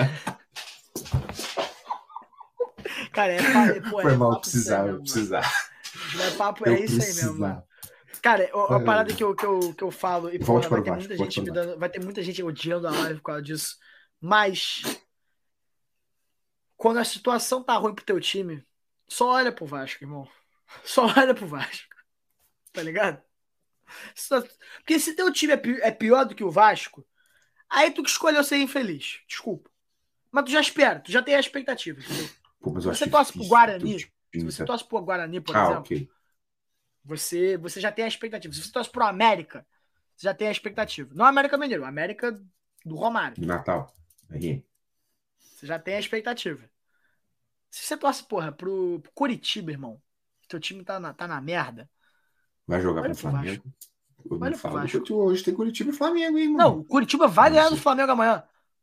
Cara, Foi mal, papo precisava. É isso aí mesmo, mano. Cara, a parada que eu falo, e porra, vai ter muita gente odiando a live por causa disso, mas quando a situação tá ruim pro teu time, só olha pro Vasco, irmão. Só olha pro Vasco. Tá ligado? Porque se teu time é pior do que o Vasco, aí tu que escolheu ser infeliz. Desculpa. Mas tu já espera, tu já tem a expectativa, entendeu? Pô, se você torce pro Guarani, por exemplo, okay. Você já tem a expectativa. Se você torce pro América, você já tem a expectativa. Não América Mineiro, América do Romário. Do Natal. Aí. Você já tem a expectativa. Se você torce, porra, pro Curitiba, irmão, teu time tá na merda. Vai jogar pro Flamengo. Hoje tem Curitiba e Flamengo, hein, mano? Não, o Curitiba vai ganhar do Flamengo amanhã.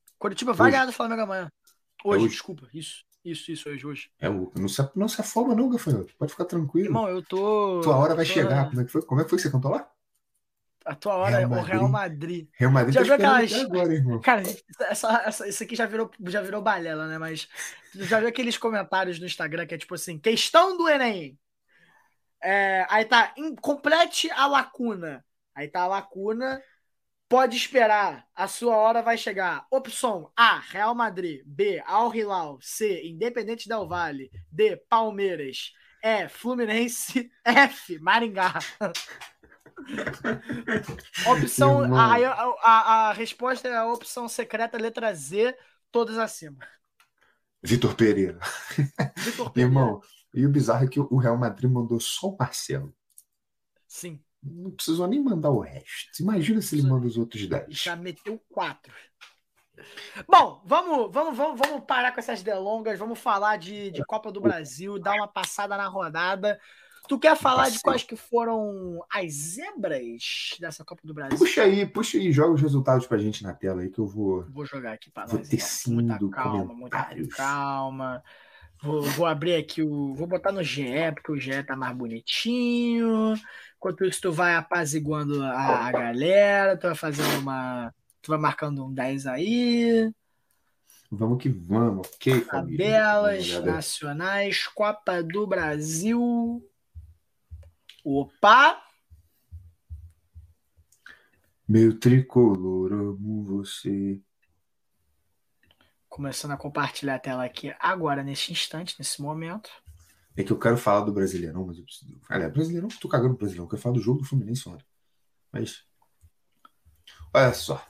Hoje, desculpa. Isso, hoje. Não se afoba, não, Gafanhoto. Pode ficar tranquilo. Irmão, eu tô... Tua hora vai chegar. Como é que foi que você cantou lá? A tua hora é o Real Madrid. Real Madrid já viu aquelas... agora, irmão. Cara, isso aqui já virou balela, né? Mas já viu aqueles comentários no Instagram que é tipo assim, questão do Enem. Aí tá, complete a lacuna. Aí tá a lacuna... Pode esperar, a sua hora vai chegar. Opção A, Real Madrid. B, Al Hilal. C, Independente Del Valle. D, Palmeiras. E, Fluminense. F, Maringá. Opção a resposta é a opção secreta, letra Z, todas acima. Vitor Pereira. Irmão, e o bizarro é que o Real Madrid mandou só o Marcelo. Sim. Não precisou nem mandar o resto. Imagina se ele manda os outros 10. Já meteu 4. Bom, vamos parar com essas delongas. Vamos falar de Copa do Brasil, dar uma passada na rodada. Tu quer falar de quais que foram as zebras dessa Copa do Brasil? Puxa aí, joga os resultados pra gente na tela aí que eu vou... Vou jogar aqui pra nós. Vou tecindo comentários. Muita calma. Vou abrir aqui vou botar no GE, porque o GE tá mais bonitinho. Enquanto isso, tu vai apaziguando a galera, tu vai fazendo tu vai marcando um 10 aí. Vamos que vamos, ok, família? Tabelas nacionais, Copa do Brasil. Opa! Meu tricolor, amo você. Começando a compartilhar a tela aqui agora, neste instante, nesse momento. É que eu quero falar do Brasileirão, mas eu preciso... Brasileirão, tô cagando pro Brasileirão. Eu quero falar do jogo do Fluminense ontem. Mas... Olha só.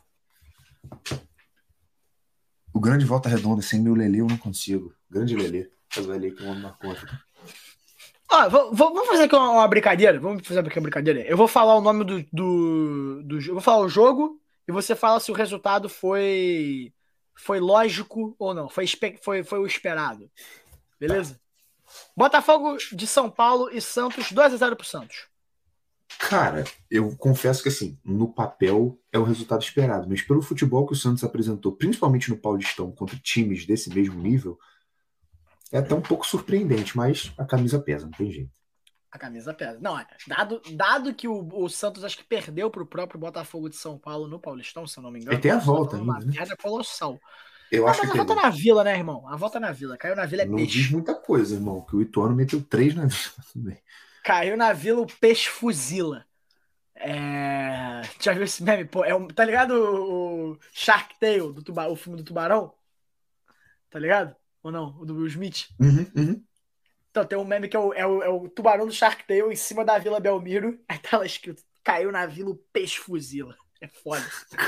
O grande Volta Redonda, sem meu Lelê eu não consigo. Grande Lelê. Faz o Lelê que eu ando na conta. Vamos fazer aqui uma brincadeira? Vamos fazer aqui uma brincadeira? Eu vou falar o nome do jogo. Eu vou falar o jogo e você fala se o resultado foi lógico ou não. Foi o esperado. Beleza? Botafogo de São Paulo e Santos 2-0 pro Santos. Cara, eu confesso que assim, no papel é o resultado esperado, mas pelo futebol que o Santos apresentou, principalmente no Paulistão, contra times desse mesmo nível, é até um pouco surpreendente, mas a camisa pesa, não tem jeito. A camisa pesa. Não, dado que o Santos acho que perdeu pro próprio Botafogo de São Paulo no Paulistão, se eu não me engano. E tem a volta ainda, uma merda colossal. Mas a volta na Vila, né, irmão? A volta na Vila. Caiu na Vila não peixe. Diz muita coisa, irmão, que o Ituano meteu 3 na Vila também. Caiu na Vila, o peixe fuzila. Já viu esse meme? Pô, tá ligado o Shark Tale, o filme do tubarão? Tá ligado? Ou não? O do Will Smith? Uhum. Então, tem um meme que é o tubarão do Shark Tale em cima da Vila Belmiro. Aí tá lá escrito: caiu na vila o peixe fuzila. É foda.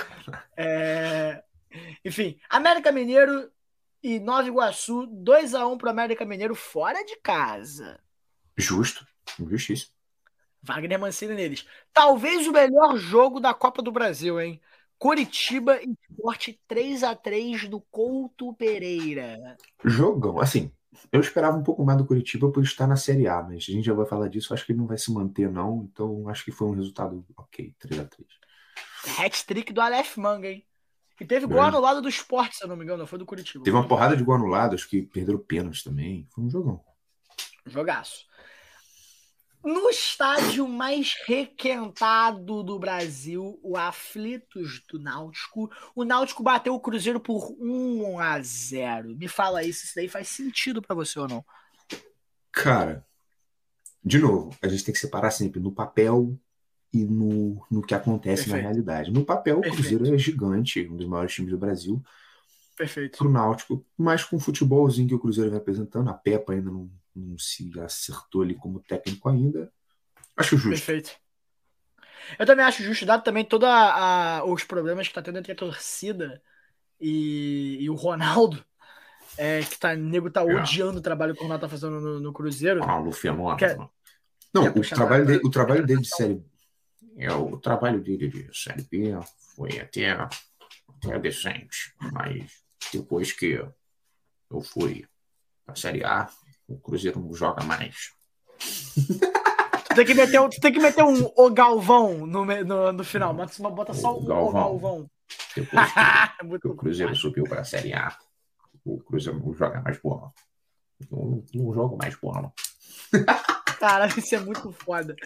Enfim, América Mineiro e Nova Iguaçu, 2-1 pro América Mineiro fora de casa. Justo. Justíssimo. Wagner Mancini neles. Talvez o melhor jogo da Copa do Brasil, hein? Coritiba e Sport 3-3 do Couto Pereira. Jogão. Assim, eu esperava um pouco mais do Curitiba por estar na Série A, mas a gente já vai falar disso. Acho que ele não vai se manter, não. Então, acho que foi um resultado ok, 3-3. Hat-trick do Aleph Manga, hein? E teve gol anulado do Sport, se eu não me engano. Não foi do Curitiba. Teve uma porrada de gol anulado, acho que perderam pênalti também. Foi um jogão. Jogaço. No estádio mais requentado do Brasil, o Aflitos do Náutico, o Náutico bateu o Cruzeiro por 1-0. Me fala aí se isso daí faz sentido pra você ou não. Cara, de novo, a gente tem que separar sempre no papel e no que acontece na realidade. No papel, o Cruzeiro é gigante, um dos maiores times do Brasil. Perfeito. Pro Náutico, mas com o futebolzinho que o Cruzeiro vem apresentando, a Pepa ainda não se acertou ali como técnico ainda. Acho justo. Perfeito. Eu também acho justo, dado também todos os problemas que tá tendo entre a torcida e o Ronaldo, que o nego tá odiando o trabalho que o Ronaldo tá fazendo no Cruzeiro. Fenômeno. Não, o trabalho dele de Série B. O trabalho dele de Série B foi até decente, mas depois que eu fui pra Série A, o Cruzeiro não joga mais. Tu tem que meter um O Galvão no final. Bota só um O Galvão. Depois que o Cruzeiro subiu pra Série A, o Cruzeiro não joga mais bola. Não jogo mais bola. Caralho, isso é muito foda.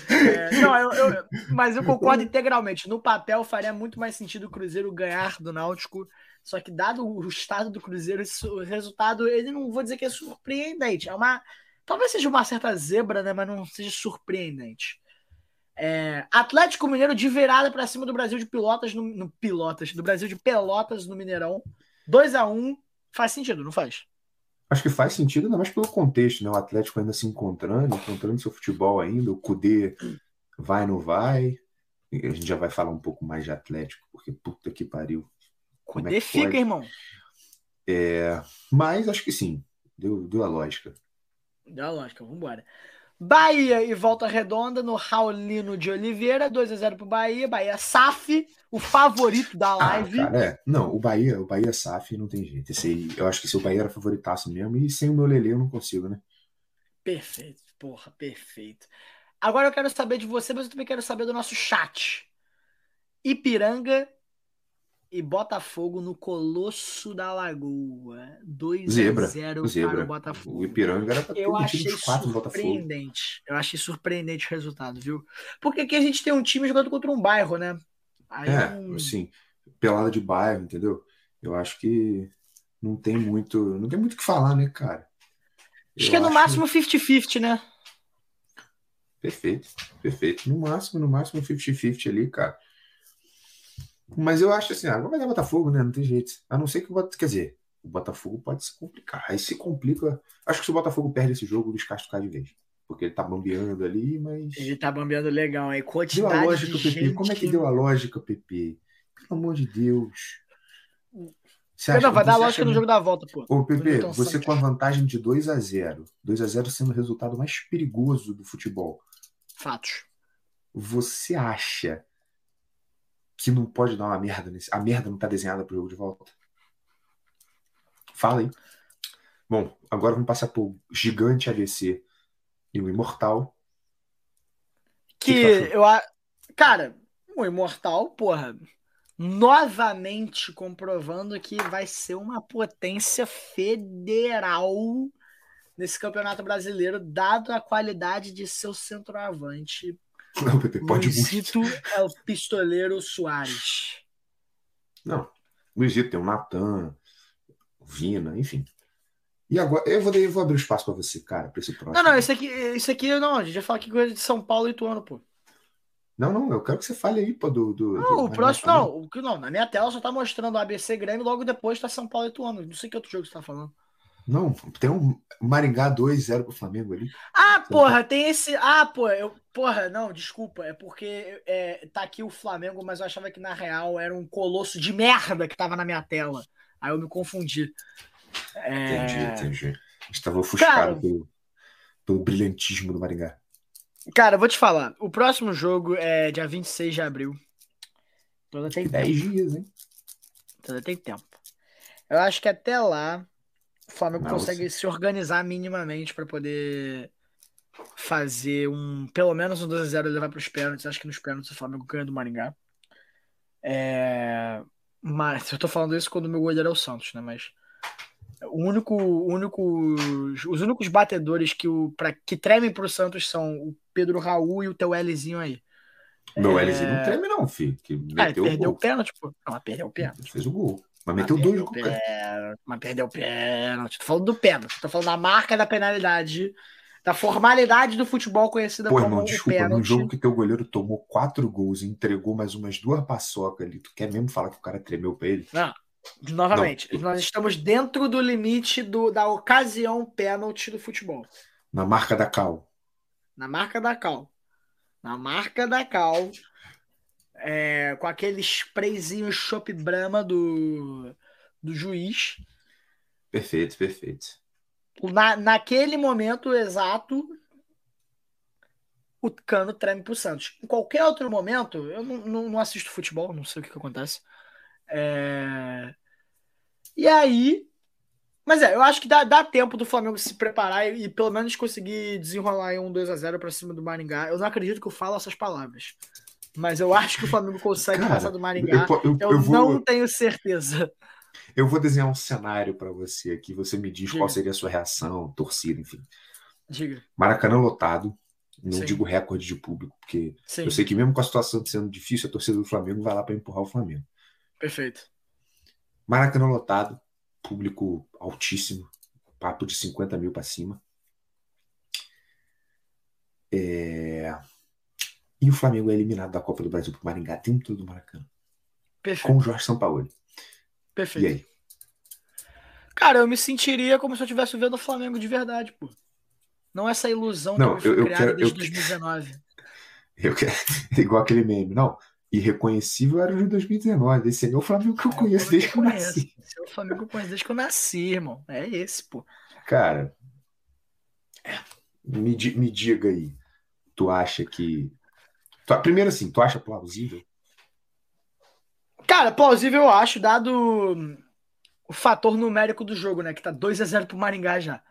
Mas eu concordo integralmente. No papel, faria muito mais sentido o Cruzeiro ganhar do Náutico. Só que, dado o estado do Cruzeiro, o resultado, ele não vou dizer que é surpreendente. Talvez seja uma certa zebra, né? Mas não seja surpreendente. Atlético Mineiro de virada para cima do Brasil de Pelotas do Brasil de Pelotas no Mineirão. 2-1. Faz sentido, não faz? Acho que faz sentido, ainda mais pelo contexto, né? O Atlético ainda se encontrando seu futebol ainda. O Kudê vai, não vai. A gente já vai falar um pouco mais de Atlético, porque puta que pariu. Kudê fica, irmão. Mas acho que sim. Deu a lógica. Deu a lógica, vambora. Bahia e Volta Redonda no Raulino de Oliveira, 2-0 pro Bahia. Bahia SAF, o favorito da live. Cara, não, o Bahia SAF não tem jeito. Esse aí, eu acho que se o Bahia era favoritaço mesmo, e sem o meu Lelê eu não consigo, né? Perfeito, porra, perfeito. Agora eu quero saber de você, mas eu também quero saber do nosso chat. Ipiranga e Botafogo no Colosso da Lagoa. 2-0 para o Botafogo. O Ipiranga era para ter metido uns 4 no Botafogo. Eu achei surpreendente o resultado, viu? Porque aqui a gente tem um time jogando contra um bairro, né? Sim. Pelada de bairro, entendeu? Eu acho que não tem muito o que falar, né, cara? Acho que é no máximo 50-50, né? Perfeito. No máximo 50-50 ali, cara. Mas eu acho assim, agora vai dar Botafogo, né? Não tem jeito. A não ser que o Botafogo pode se complicar. Aí se complica. Acho que se o Botafogo perde esse jogo, o Luiz Castro cai de vez. Porque ele tá bambeando ali, mas. Ele tá bambeando legal, aí. Deu a lógica, PP. Como é que deu a lógica, PP? Pelo amor de Deus. Vai dar lógica no jogo da volta, pô. Ô, PP, você com a vantagem de 2-0. 2-0 sendo o resultado mais perigoso do futebol. Fatos. Você acha que não pode dar uma merda nesse... A merda não tá desenhada pro jogo de volta? Fala aí. Bom, agora vamos passar pro gigante ABC e o Imortal. Cara, o Imortal, porra, novamente comprovando que vai ser uma potência federal nesse Campeonato Brasileiro, dado a qualidade de seu centroavante. Não, Pepe, pode Luizito é o pistoleiro Soares. Não, Luizito tem o Natan, o Vina, enfim. E agora, eu vou abrir o espaço pra você, cara, pra esse próximo. Não, isso aqui não, a gente vai falar aqui coisa de São Paulo e Ituano, pô. Não, eu quero que você fale aí, pô, do Não, o Maringá próximo Flamengo. não. O que não, na minha tela só tá mostrando o ABC Grêmio, logo depois tá São Paulo e Ituano. Não sei que outro jogo você tá falando. Não, tem um Maringá 2-0 pro Flamengo ali. Ah, Você não porra, tem esse. Ah, pô, Porra, não, desculpa. É porque tá aqui o Flamengo, mas eu achava que na real era um colosso de merda que tava na minha tela. Aí eu me confundi. Entendi. Estava ofuscado Cara, pelo brilhantismo do Maringá. cara, eu vou te falar. O próximo jogo é dia 26 de abril. Toda tem Que tempo. 10 dias, hein? Toda tem tempo. Eu acho que até lá o Flamengo Não, consegue se organizar minimamente pra poder fazer pelo menos um 2-0 e levar para os pênaltis. Acho que nos pênaltis o Flamengo ganha do Maringá. Mas eu tô falando isso quando o meu goleiro é o Santos, né? Mas os únicos batedores que tremem pro Santos são o Pedro Raul e o teu Lzinho aí. Meu LZ não treme, não, filho. Que Ele meteu o perdeu o gol. pênalti, pô. Não, mas perdeu o pênalti. Ele fez o gol. Mas meteu dois gols, cara. Mas perdeu o pênalti. Tô falando do pênalti. Tô falando da marca da penalidade, da formalidade do futebol conhecida Pô, como irmão, o desculpa, num pênalti. jogo que teu goleiro tomou 4 gols e entregou mais umas 2 paçocas ali, tu quer mesmo falar que o cara tremeu pra ele? Não, novamente, Não. nós estamos dentro do limite da ocasião pênalti do futebol. Na marca da Cal. Na marca da Cal. Na marca da Cal. Com aquele sprayzinho Chopp Brahma do juiz. Perfeito. Naquele momento exato, o Cano treme pro Santos. Em qualquer outro momento, eu não assisto futebol, não sei o que acontece. E aí. Mas eu acho que dá tempo do Flamengo se preparar e pelo menos conseguir desenrolar aí um 2-0 pra cima do Maringá. Eu não acredito que eu falo essas palavras. Mas eu acho que o Flamengo consegue Cara, passar do Maringá. eu Não tenho certeza. Eu vou desenhar um cenário pra você aqui. Você me diz Diga. qual seria a sua reação, torcida, enfim. Diga. Maracanã lotado. Não Sim. digo recorde de público, porque Sim. eu sei que mesmo com a situação sendo difícil, a torcida do Flamengo vai lá pra empurrar o Flamengo. Perfeito. Maracanã lotado, público altíssimo, papo de 50 mil pra cima. E o Flamengo é eliminado da Copa do Brasil pro Maringá dentro do Maracanã. Perfeito. Com o Jorge Sampaoli. Perfeito. E aí? Cara, eu me sentiria como se eu estivesse vendo o Flamengo de verdade, pô. Não essa ilusão que me foi criada desde 2019. Eu quero, igual aquele meme. Não, irreconhecível era o de 2019. Esse é o Flamengo que eu conheço desde que eu nasci. Esse é o Flamengo que eu conheço desde que eu nasci, irmão. É esse, pô. Cara, me diga aí. Tu acha que... Primeiro assim, tu acha plausível? Cara, plausível eu acho, dado o fator numérico do jogo, né? Que tá 2-0 pro Maringá já.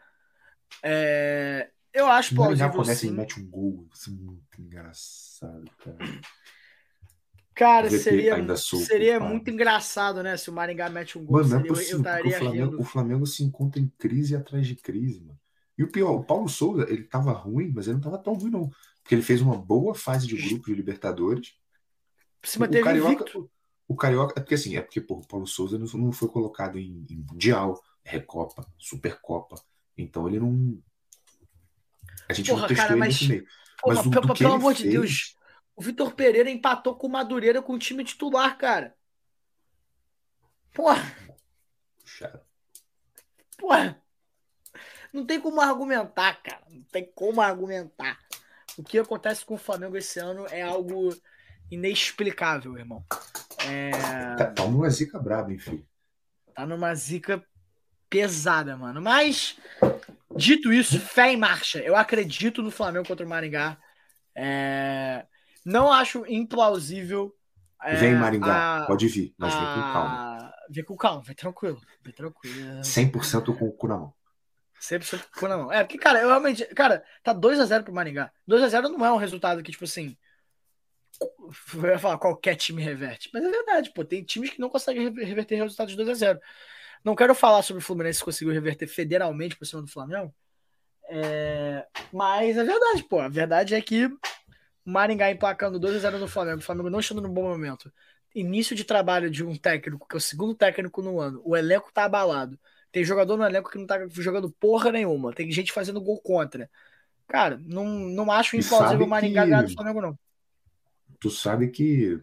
Eu acho O Maringá plausível, começa sim. e mete um gol. Isso é muito engraçado, cara. Cara, VT seria ainda sou culpado. muito engraçado, né? Se o Maringá mete um gol, Mano, não é possível, porque estaria rindo. o Flamengo se encontra em crise atrás de crise, mano. E o pior, o Paulo Souza, ele tava ruim, mas ele não tava tão ruim, não. Porque ele fez uma boa fase de grupo de Libertadores. Se manteve invicto. O Carioca, porque pô, o Paulo Souza não foi colocado em Mundial, Recopa, Supercopa. Então ele não... A gente não testou ele nesse meio. Mas pelo amor de Deus, o Vitor Pereira empatou com o Madureira com o time titular, cara. Porra. Não tem como argumentar, cara. Não tem como argumentar. O que acontece com o Flamengo esse ano é algo inexplicável, irmão. Tá numa zica braba, enfim. Tá numa zica pesada, mano. Mas, dito isso, fé em marcha. Eu acredito no Flamengo contra o Maringá. Não acho implausível. Vem, Maringá. Pode vir, mas vem com calma. Vem com calma, vem tranquilo. 100% com o cu na mão. 100% com o cu na mão. Porque, cara, eu realmente... Cara, tá 2-0 pro Maringá. 2-0 não é um resultado que, tipo assim... Eu ia falar, qualquer time reverte. Mas é verdade, pô. Tem times que não conseguem reverter resultados de 2-0. Não quero falar sobre o Fluminense que conseguiu reverter federalmente por cima do Flamengo. Mas é verdade, pô. A verdade é que o Maringá emplacando 2-0 no Flamengo, o Flamengo não estando no bom momento. Início de trabalho de um técnico, que é o segundo técnico no ano. O elenco tá abalado. Tem jogador no elenco que não tá jogando porra nenhuma. Tem gente fazendo gol contra. Cara, não acho implausível o Maringá ganhar do Flamengo, não. tu sabe que,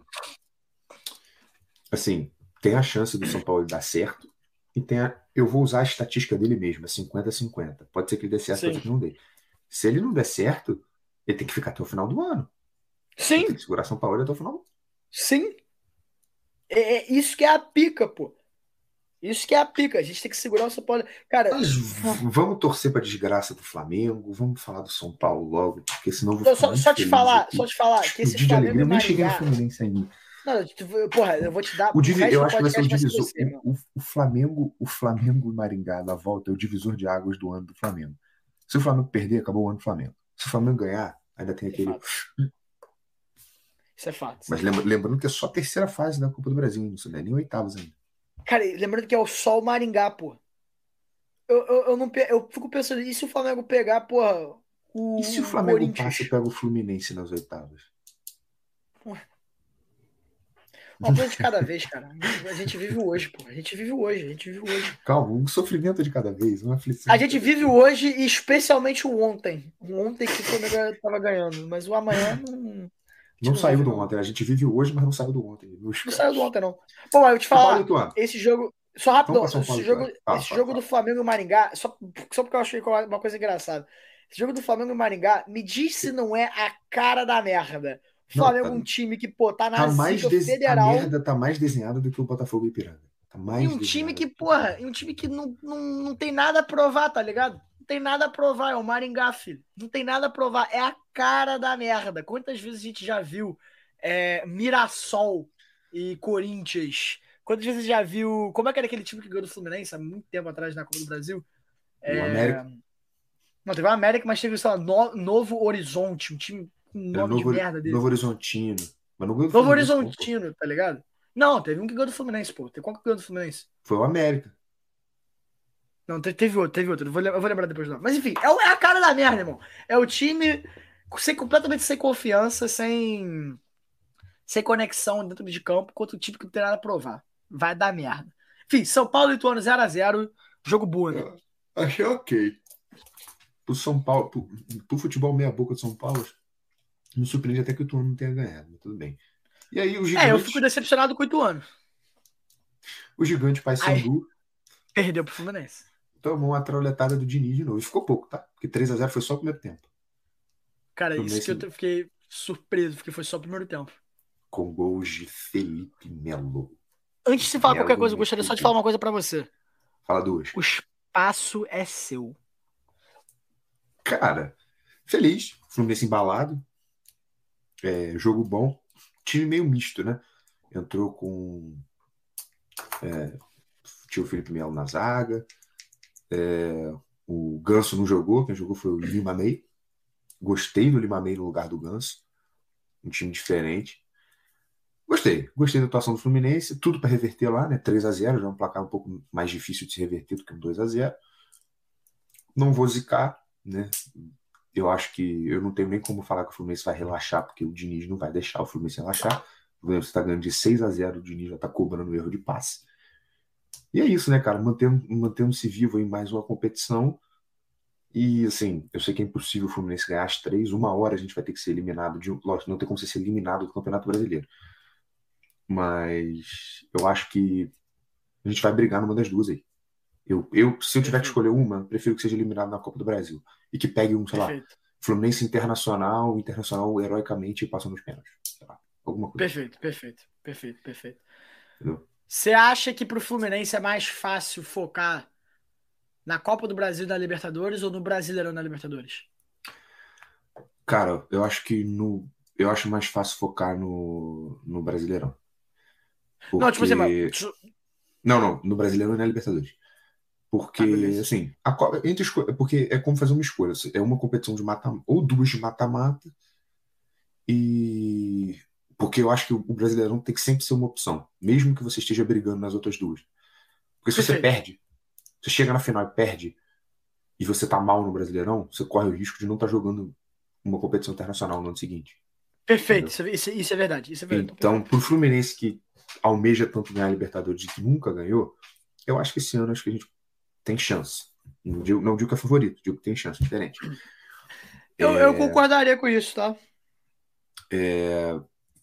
assim, tem a chance do São Paulo dar certo e eu vou usar a estatística dele mesmo, é 50-50. Pode ser que ele dê certo, pode ser Sim. que não dê. Se ele não der certo, ele tem que ficar até o final do ano. Ele tem Sim, que segurar São Paulo até o final do ano. sim. É isso que é a pica, pô. Isso que é a pica. A gente tem que segurar o São Paulo. Cara, Mas vamos torcer pra desgraça do Flamengo, vamos falar do São Paulo logo, porque senão eu vou então, ficar só, muito só te feliz falar, aqui. só te falar que esse Explodir de Flamengo alegria, e eu nem cheguei no Maringá. Fluminense ainda. Não, porra, eu vou te dar. Eu acho que vai ser o vai ser divisor. você, irmão. O Flamengo e Maringá na volta é o divisor de águas do ano do Flamengo. Se o Flamengo perder, acabou o ano do Flamengo. Se o Flamengo ganhar, ainda tem aquele. Isso é fato. Mas lembrando que é só a terceira fase da Copa do Brasil, não é nem oitavos ainda. Cara, lembrando que é o Sol Maringá, pô. Eu fico pensando, e se o Flamengo pegar, porra, E se o o Flamengo Corinthians? passa e pega o Fluminense nas oitavas? Uma coisa de cada vez, cara. A gente vive hoje, pô. A gente vive hoje. Calma, um sofrimento de cada vez, uma aflição. A gente vive hoje e especialmente o ontem. O ontem que o Flamengo tava ganhando. Mas o amanhã não. Não saiu do ontem. A gente vive hoje, mas não saiu do ontem. Não saiu do ontem, não. Pô, mas eu te falar, esse jogo. Só rápido, esse jogo do Flamengo e Maringá, só porque eu achei uma coisa engraçada. Esse jogo do Flamengo e Maringá, me diz se não é a cara da merda. O Flamengo é um time que, pô, tá na zica federal. A merda tá mais desenhada do que o Botafogo e Ipiranga. Tá mais e um time que, porra, não tem nada a provar, tá ligado? Não tem nada a provar, é o Maringá, filho. Não tem nada a provar, é a cara da merda. Quantas vezes a gente já viu Mirassol e Corinthians? Quantas vezes já viu... Como é que era aquele time que ganhou do Fluminense há muito tempo atrás na Copa do Brasil? O América. Não, teve o América, mas teve, sei lá, Novo Horizonte, um time com nome de merda dele. Novo Horizontino. Mas não ganhou do Novo Horizontino, tá ligado? Não, teve um que ganhou do Fluminense, pô. Qual que ganhou do Fluminense? Foi o América. Não, teve outro. Eu vou lembrar depois não. Mas enfim, é a cara da merda, irmão. É o time completamente sem confiança, sem conexão dentro de campo, contra o time que não tem nada a provar. Vai dar merda. Enfim, São Paulo e Ituano 0x0, jogo boa, né? Achei ok. Pro São Paulo, pro futebol meia boca de São Paulo, me surpreende até que o Ituano não tenha ganhado, mas tudo bem. E aí o gigante... eu fico decepcionado com o Ituano. O gigante Paysandu perdeu pro Fluminense. Tomou uma trauletada do Diniz de novo. E ficou pouco, tá? Porque 3x0 foi só o primeiro tempo. Cara, isso que eu fiquei surpreso, porque foi só o primeiro tempo. Com gols de Felipe Melo. Antes de você falar qualquer coisa, eu gostaria só de falar uma coisa pra você. Fala duas. O espaço é seu. Cara, feliz. Fluminense embalado. Jogo bom. Time meio misto, né? Entrou com tinha o Felipe Melo na zaga. O Ganso não jogou. Quem jogou foi o Lima May. Gostei do Lima May no lugar do Ganso. Um time diferente. Gostei da atuação do Fluminense. Tudo para reverter lá, né? 3x0. Já é um placar um pouco mais difícil de se reverter do que um 2x0. Não vou zicar, né? Eu acho que eu não tenho nem como falar que o Fluminense vai relaxar, porque o Diniz não vai deixar o Fluminense relaxar. O Fluminense está ganhando de 6x0, o Diniz já está cobrando o erro de passe. E é isso, né, cara? Mantendo-se vivo em mais uma competição. E, assim, eu sei que é impossível o Fluminense ganhar as 3. Uma hora a gente vai ter que ser eliminado. Lógico, não tem como ser eliminado do Campeonato Brasileiro. Mas eu acho que a gente vai brigar numa das duas aí. Se eu tiver que escolher uma, prefiro que seja eliminado na Copa do Brasil. E que pegue sei lá, Fluminense Internacional heroicamente passando os pênaltis. Sei lá, alguma coisa. Perfeito. Entendeu? Você acha que pro Fluminense é mais fácil focar na Copa do Brasil e na Libertadores ou no Brasileirão na Libertadores? Cara, eu acho mais fácil focar no Brasileirão. Porque... Não, tipo assim, Não, no Brasileirão e na Libertadores. Porque, assim, porque é como fazer uma escolha. É uma competição de mata-mata, ou duas de mata-mata. E porque eu acho que o Brasileirão tem que sempre ser uma opção, mesmo que você esteja brigando nas outras duas. Porque se você perde, você chega na final e perde, e você tá mal no Brasileirão, você corre o risco de não estar jogando uma competição internacional no ano seguinte. Perfeito, isso é verdade. Então, pro Fluminense que almeja tanto ganhar a Libertadores e que nunca ganhou, eu acho que esse ano a gente tem chance. Não digo que é favorito, digo que tem chance, diferente. Eu concordaria com isso, tá?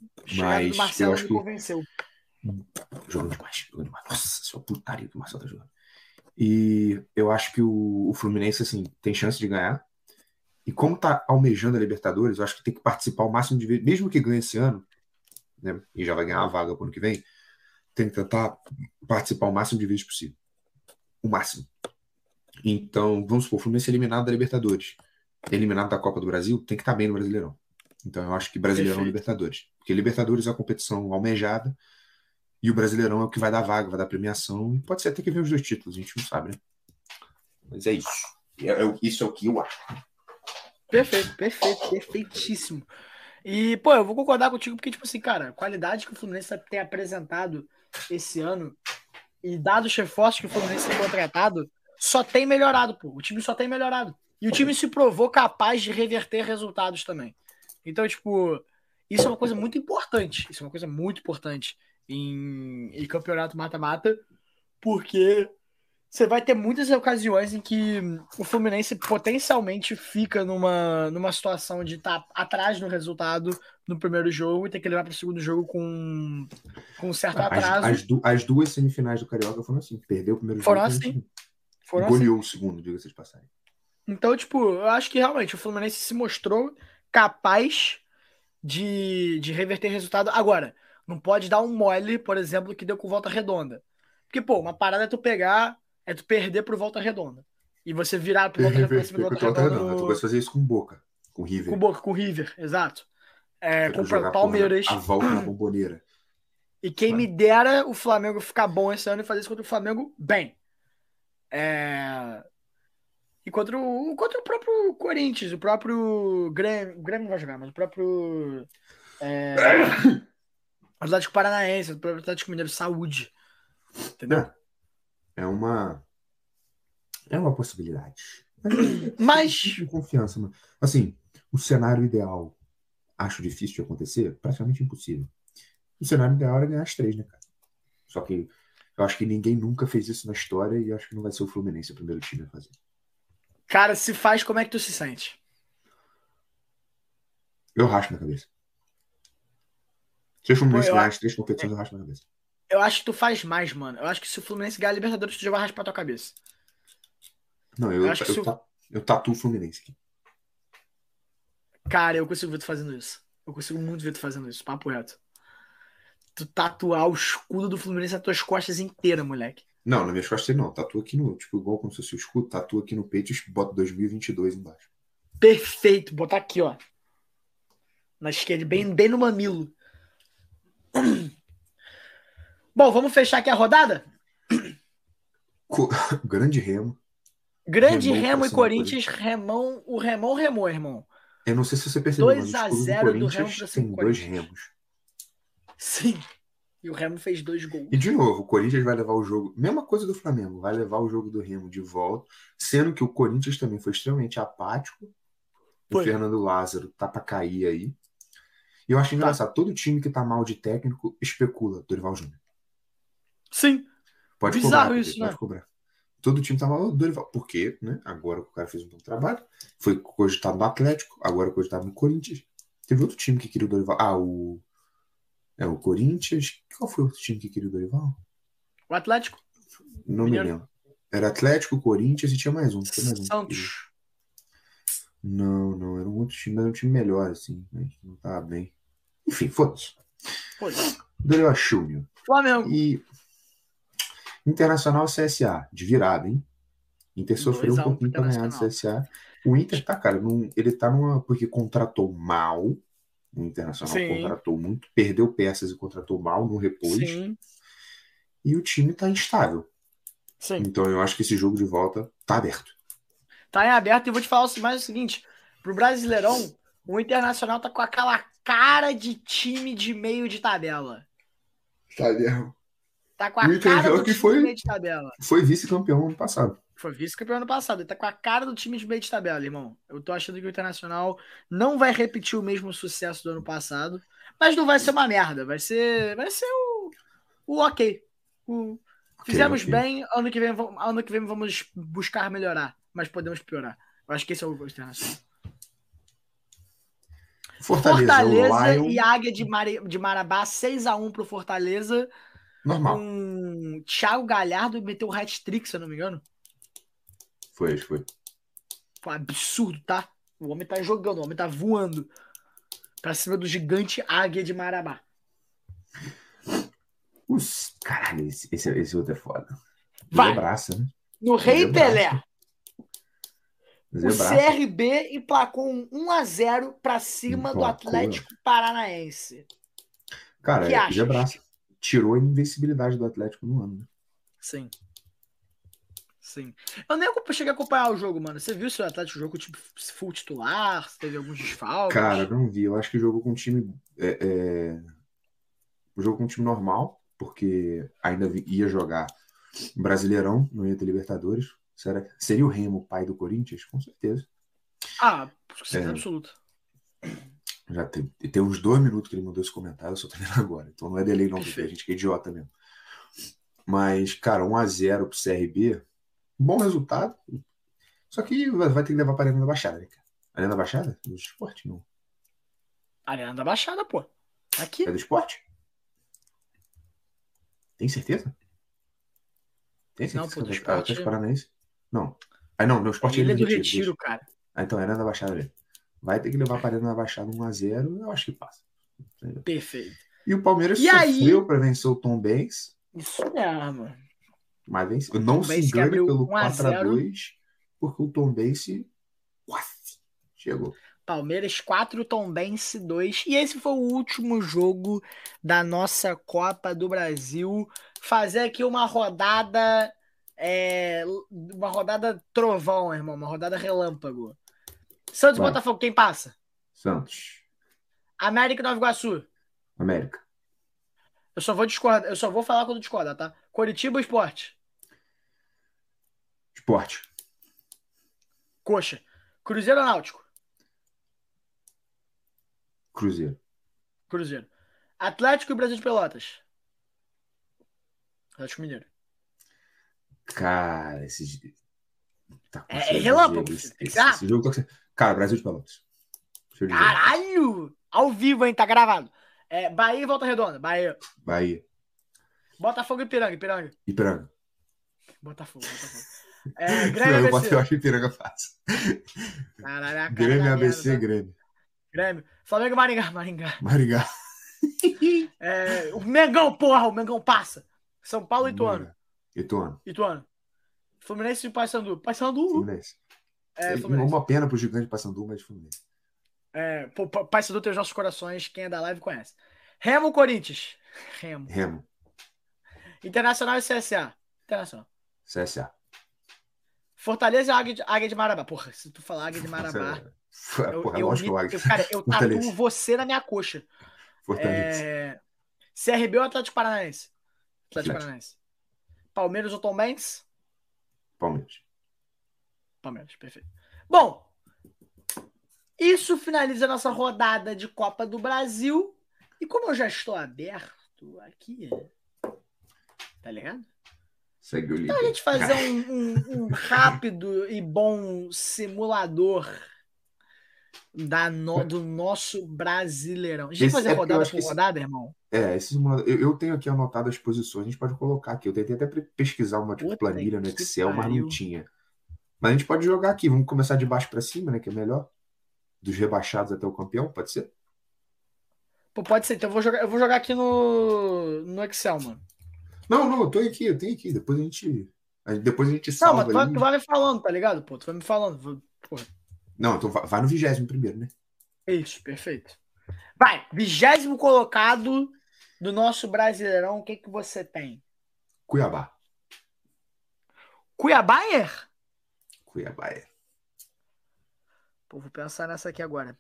Chegada do Mas Marcelo eu acho me que convenceu. jogando demais, jogando demais. Nossa, sua putaria que o Marcelo tá jogando. E eu acho que o Fluminense, assim, tem chance de ganhar. E como tá almejando a Libertadores, eu acho que tem que participar o máximo de vezes, mesmo que ganhe esse ano, né? E já vai ganhar a vaga pro ano que vem, tem que tentar participar o máximo de vezes possível. O máximo. Então, vamos supor, o Fluminense é eliminado da Libertadores. Eliminado da Copa do Brasil, tem que estar bem no Brasileirão. Então, eu acho que Brasileirão é Perfeito. Libertadores. Porque Libertadores é a competição almejada e o Brasileirão é o que vai dar vaga, vai dar premiação. E pode ser até que venha os dois títulos, a gente não sabe, né? Mas é isso. Isso é o que eu acho. Perfeito, perfeitíssimo. E, pô, eu vou concordar contigo porque, tipo assim, cara, a qualidade que o Fluminense tem apresentado esse ano e dados os reforços que o Fluminense tem contratado, só tem melhorado, pô. O time só tem melhorado. E o time se provou capaz de reverter resultados também. Então, tipo, isso é uma coisa muito importante. Isso é uma coisa muito importante em campeonato mata-mata, porque você vai ter muitas ocasiões em que o Fluminense potencialmente fica numa situação de estar atrás no resultado no primeiro jogo e ter que levar para o segundo jogo com um certo atraso. As duas semifinais do Carioca foram assim. Perdeu o primeiro Foram jogo assim. e Foram goleou assim. o segundo, diga-se de passagem. Então, tipo, eu acho que realmente o Fluminense se mostrou capaz de reverter resultado. Agora, não pode dar um mole, por exemplo, que deu com Volta Redonda. Porque, pô, uma parada é tu pegar, é tu perder pro Volta Redonda. E você virar pro Volta Redonda pra cima do Volta Redonda Tu gosta de fazer isso com Boca, com com River. Boca, com River, exato. Pra Com tu jogar Palmeiras. a volta na bomboneira. E quem me dera o Flamengo ficar bom esse ano e fazer isso contra o Flamengo bem. E contra o próprio Corinthians, o próprio Grêmio. O Grêmio não vai jogar, mas o próprio Atlético Paranaense, o próprio Atlético Mineiro, saúde. Entendeu? É uma possibilidade. Mas Com confiança, mano. Assim, o cenário ideal acho difícil de acontecer, praticamente impossível. O cenário ideal era ganhar as 3, né, cara? Só que eu acho que ninguém nunca fez isso na história e acho que não vai ser o Fluminense o primeiro time a fazer. cara, se faz, como é que tu se sente? Eu raspo na cabeça. Se o Fluminense Pô, ganhar as 3 competições, eu raspo na cabeça. Eu acho que tu faz mais, mano. Eu acho que se o Fluminense ganhar a Libertadores, tu já vai raspar tua cabeça. Não, Eu acho que eu tatuo o Fluminense aqui. Cara, eu consigo ver tu fazendo isso. Eu consigo muito ver tu fazendo isso, papo reto. Tu tatuar o escudo do Fluminense nas tuas costas inteiras, moleque. Não, nas minhas costas não. Tatua aqui no, tipo, igual como se fosse o escudo, tatua aqui no peito e bota 2022 embaixo. Perfeito, botar aqui, ó. Na esquerda, bem no mamilo. Bom, vamos fechar aqui a rodada? Grande Remo. Grande Remou Remo pra e cima do Corinthians, o Remão remou, irmão. Eu não sei se você percebeu, mas o 2 a escudo do 0 do Remo Corinthians pra cima tem do 2 Corinthians. remos. Sim. E o Remo fez 2 gols. E de novo, o Corinthians vai levar o jogo, mesma coisa do Flamengo, vai levar o jogo do Remo de volta, sendo que o Corinthians também foi extremamente apático. O Fernando Lázaro tá pra cair aí. E eu acho engraçado, todo time que tá mal de técnico especula Dorival Júnior. Sim. Pode Bizarro cobrar, isso, pode né? cobrar. Todo time tá mal Dorival. Por quê? Né? Agora o cara fez um bom trabalho. Foi cogitado no Atlético, agora cogitado no Corinthians. Teve outro time que queria o Dorival. O Corinthians. Qual foi o outro time que queria o Dorival? O Atlético. Não Mineiro. me lembro. Era Atlético, Corinthians e tinha mais um. Santos. Não, era um outro time, mas era um time melhor, assim, mas não tava bem. Enfim, foda-se. Dorival Júnior. Flamengo. E Internacional CSA, de virada, hein? Inter sofreu um pouquinho pra ganhar do CSA. O Inter tá, cara, ele tá numa. Porque contratou mal. O Internacional contratou muito, perdeu peças e contratou mal, não repôs. Sim. E o time tá instável. Sim. Então eu acho que esse jogo de volta tá aberto. Tá em aberto e vou te falar mais o seguinte: pro Brasileirão, o Internacional tá com aquela cara de time de meio de tabela. Tá mesmo. Tá com a cara do time de meio de tabela. Foi vice-campeão ano passado. Foi vice-campeão ano passado. Ele tá com a cara do time de meio de tabela, irmão. Eu tô achando que o Internacional não vai repetir o mesmo sucesso do ano passado, mas não vai ser uma merda. Vai ser o ok. Fizemos bem, ano que vem vamos buscar melhorar, mas podemos piorar. Eu acho que esse é o Internacional. Fortaleza o e Lion, Águia de Marabá, 6-1 pro Fortaleza. normal. Thiago Galhardo meteu um hat-trick, se eu não me engano. Foi, acho que foi. Pô, absurdo, tá? O homem tá jogando, o homem tá voando pra cima do gigante Águia de Marabá. Caralho, esse outro é foda. Vai. Zebraça, né? No Rei Pelé, o Zebraça. CRB emplacou um 1-0 pra cima do Emplacou. Atlético Paranaense. Cara, que achas? Zebraça. Tirou a invencibilidade do Atlético no ano, né? Sim. Eu nem cheguei a acompanhar o jogo, mano. Você viu se o Atlético jogou tipo full titular? Se teve alguns desfalques? Cara, não vi. Eu acho que jogou com um time. Jogou com um time normal, porque ainda ia jogar Brasileirão, não ia ter Libertadores. Seria o Remo o pai do Corinthians? Com certeza. Certeza absoluta. Já tem uns 2 minutos que ele mandou esse comentário, eu só tô vendo agora. Então não é delay não, porque a gente que é idiota mesmo. Mas, cara, 1-0 pro CRB, bom resultado. Só que vai ter que levar pra Arena da Baixada, né, cara? Arena da Baixada? Do esporte, não. Arena da Baixada, pô. Aqui. É do esporte? Tem certeza? Tem certeza? Não, pô, do que é esporte. Atlético Paranaense? Não. Não, meu esporte Ilha do Retiro, cara. Então, Arena da Baixada ali. Vai ter que levar pra Arena da Baixada 1-0, eu acho que passa. Perfeito. E o Palmeiras sofreu pra vencer o Tom Benz. Isso mesmo. Mas venceu. Não se engane pelo 4-2, porque o Tom Benz quase chegou. Palmeiras 4, Tombense 2. E esse foi o último jogo da nossa Copa do Brasil. Fazer aqui uma rodada. Uma rodada trovão, irmão. Uma rodada relâmpago. Santos e Botafogo, quem passa? Santos. América e Nova Iguaçu. América. Eu só vou discordar. Eu só vou falar quando discordar, tá? Coritiba ou Sport? Sport. Coxa. Cruzeiro ou Náutico? Cruzeiro. Atlético e Brasil de Pelotas. Atlético Mineiro. Cara, esse. Tá é relâmpago. Esse jogo tá... Cara, Brasil de Pelotas. Caralho! Ao vivo, hein? Tá gravado. Bahia e Volta Redonda. Bahia. Botafogo e Ipiranga. Botafogo. Grêmio e ABC. Eu acho que Ipiranga fácil. Caralho, Grêmio, ABC, Grêmio. Flamengo e Maringá. O Mengão, porra. O Mengão passa. São Paulo e Ituano. Fluminense e Paysandu. Fluminense. Uma pena pro gigante Paysandu, mas Fluminense. Paysandu tem os nossos corações. Quem é da live conhece. Remo Corinthians. Remo. Internacional e CSA. CSA. Fortaleza e Águia de Marabá. Porra, se tu falar Águia de Marabá... eu tatuo você na minha coxa. Fortaleza. CRB ou Atlético Paranaense? Atlético Paranaense. Palmeiras ou Tom Benz? Palmeiras, perfeito. Bom, isso finaliza a nossa rodada de Copa do Brasil. E como eu já estou aberto aqui, tá ligado? Segue o líder. Então a gente fazer um rápido e bom simulador do nosso Brasileirão. A gente vai fazer rodada por rodada, irmão? Esse simulador. Eu tenho aqui anotado as posições, a gente pode colocar aqui. Eu tentei até pesquisar uma planilha no Excel, mas não tinha. Mas a gente pode jogar aqui. Vamos começar de baixo para cima, né? Que é melhor. Dos rebaixados até o campeão, pode ser? Pô, pode ser. Então eu vou jogar aqui no Excel, mano. Não, eu tenho aqui. Depois a gente salva. Não, mas tu vai me falando, tá ligado? Pô, tu vai me falando. Porra. Não, então vai no 21º, né? Isso, perfeito. Vai, 20º colocado do nosso Brasileirão, o que você tem? Cuiabá. Cuiabá? Cuiabá. Pô, vou pensar nessa aqui agora.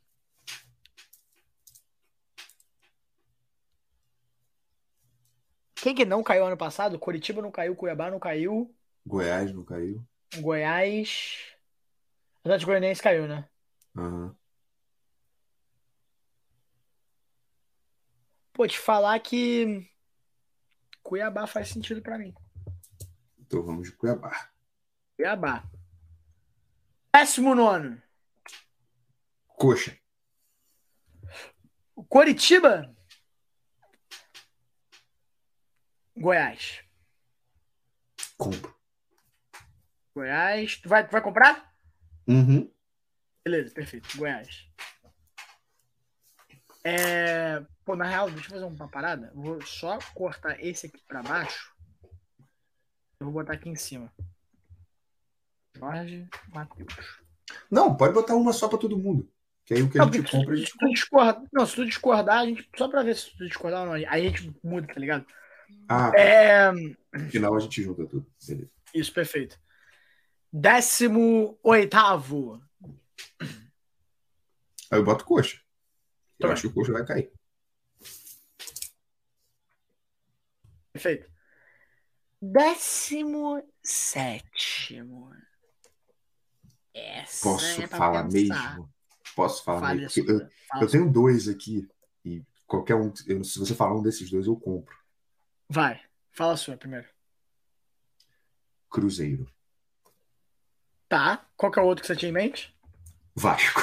Quem que não caiu ano passado? Coritiba não caiu, Cuiabá não caiu. Goiás não caiu. Goiás. O Atlético Goianiense caiu, né? Uhum. Pô, te falar que Cuiabá faz sentido pra mim. Então vamos de Cuiabá. 19º. Coxa. Coritiba. Goiás. Compro. Goiás. Tu vai comprar? Uhum. Beleza, perfeito. Goiás. Pô, na real, deixa eu fazer uma parada. Vou só cortar esse aqui pra baixo. Eu vou botar aqui em cima. Jorge Matheus. Não, pode botar uma só pra todo mundo. Que aí o que a gente compra, a gente compra. Não, se tu discordar, a gente. Só pra ver se tu discordar ou não. Aí a gente muda, tá ligado? Ah, no final a gente junta tudo. Beleza. Isso, perfeito. 18º. Aí eu boto coxa. Eu Tá. acho que o coxa vai cair. Perfeito. 17º. Essa Posso é pra falar pensar. mesmo? Posso falar Fale mesmo? Porque sua. eu tenho dois aqui. E qualquer um, se você falar um desses dois, eu compro. Vai. Fala a sua primeiro. Cruzeiro. Tá. Qual que é o outro que você tinha em mente? Vasco.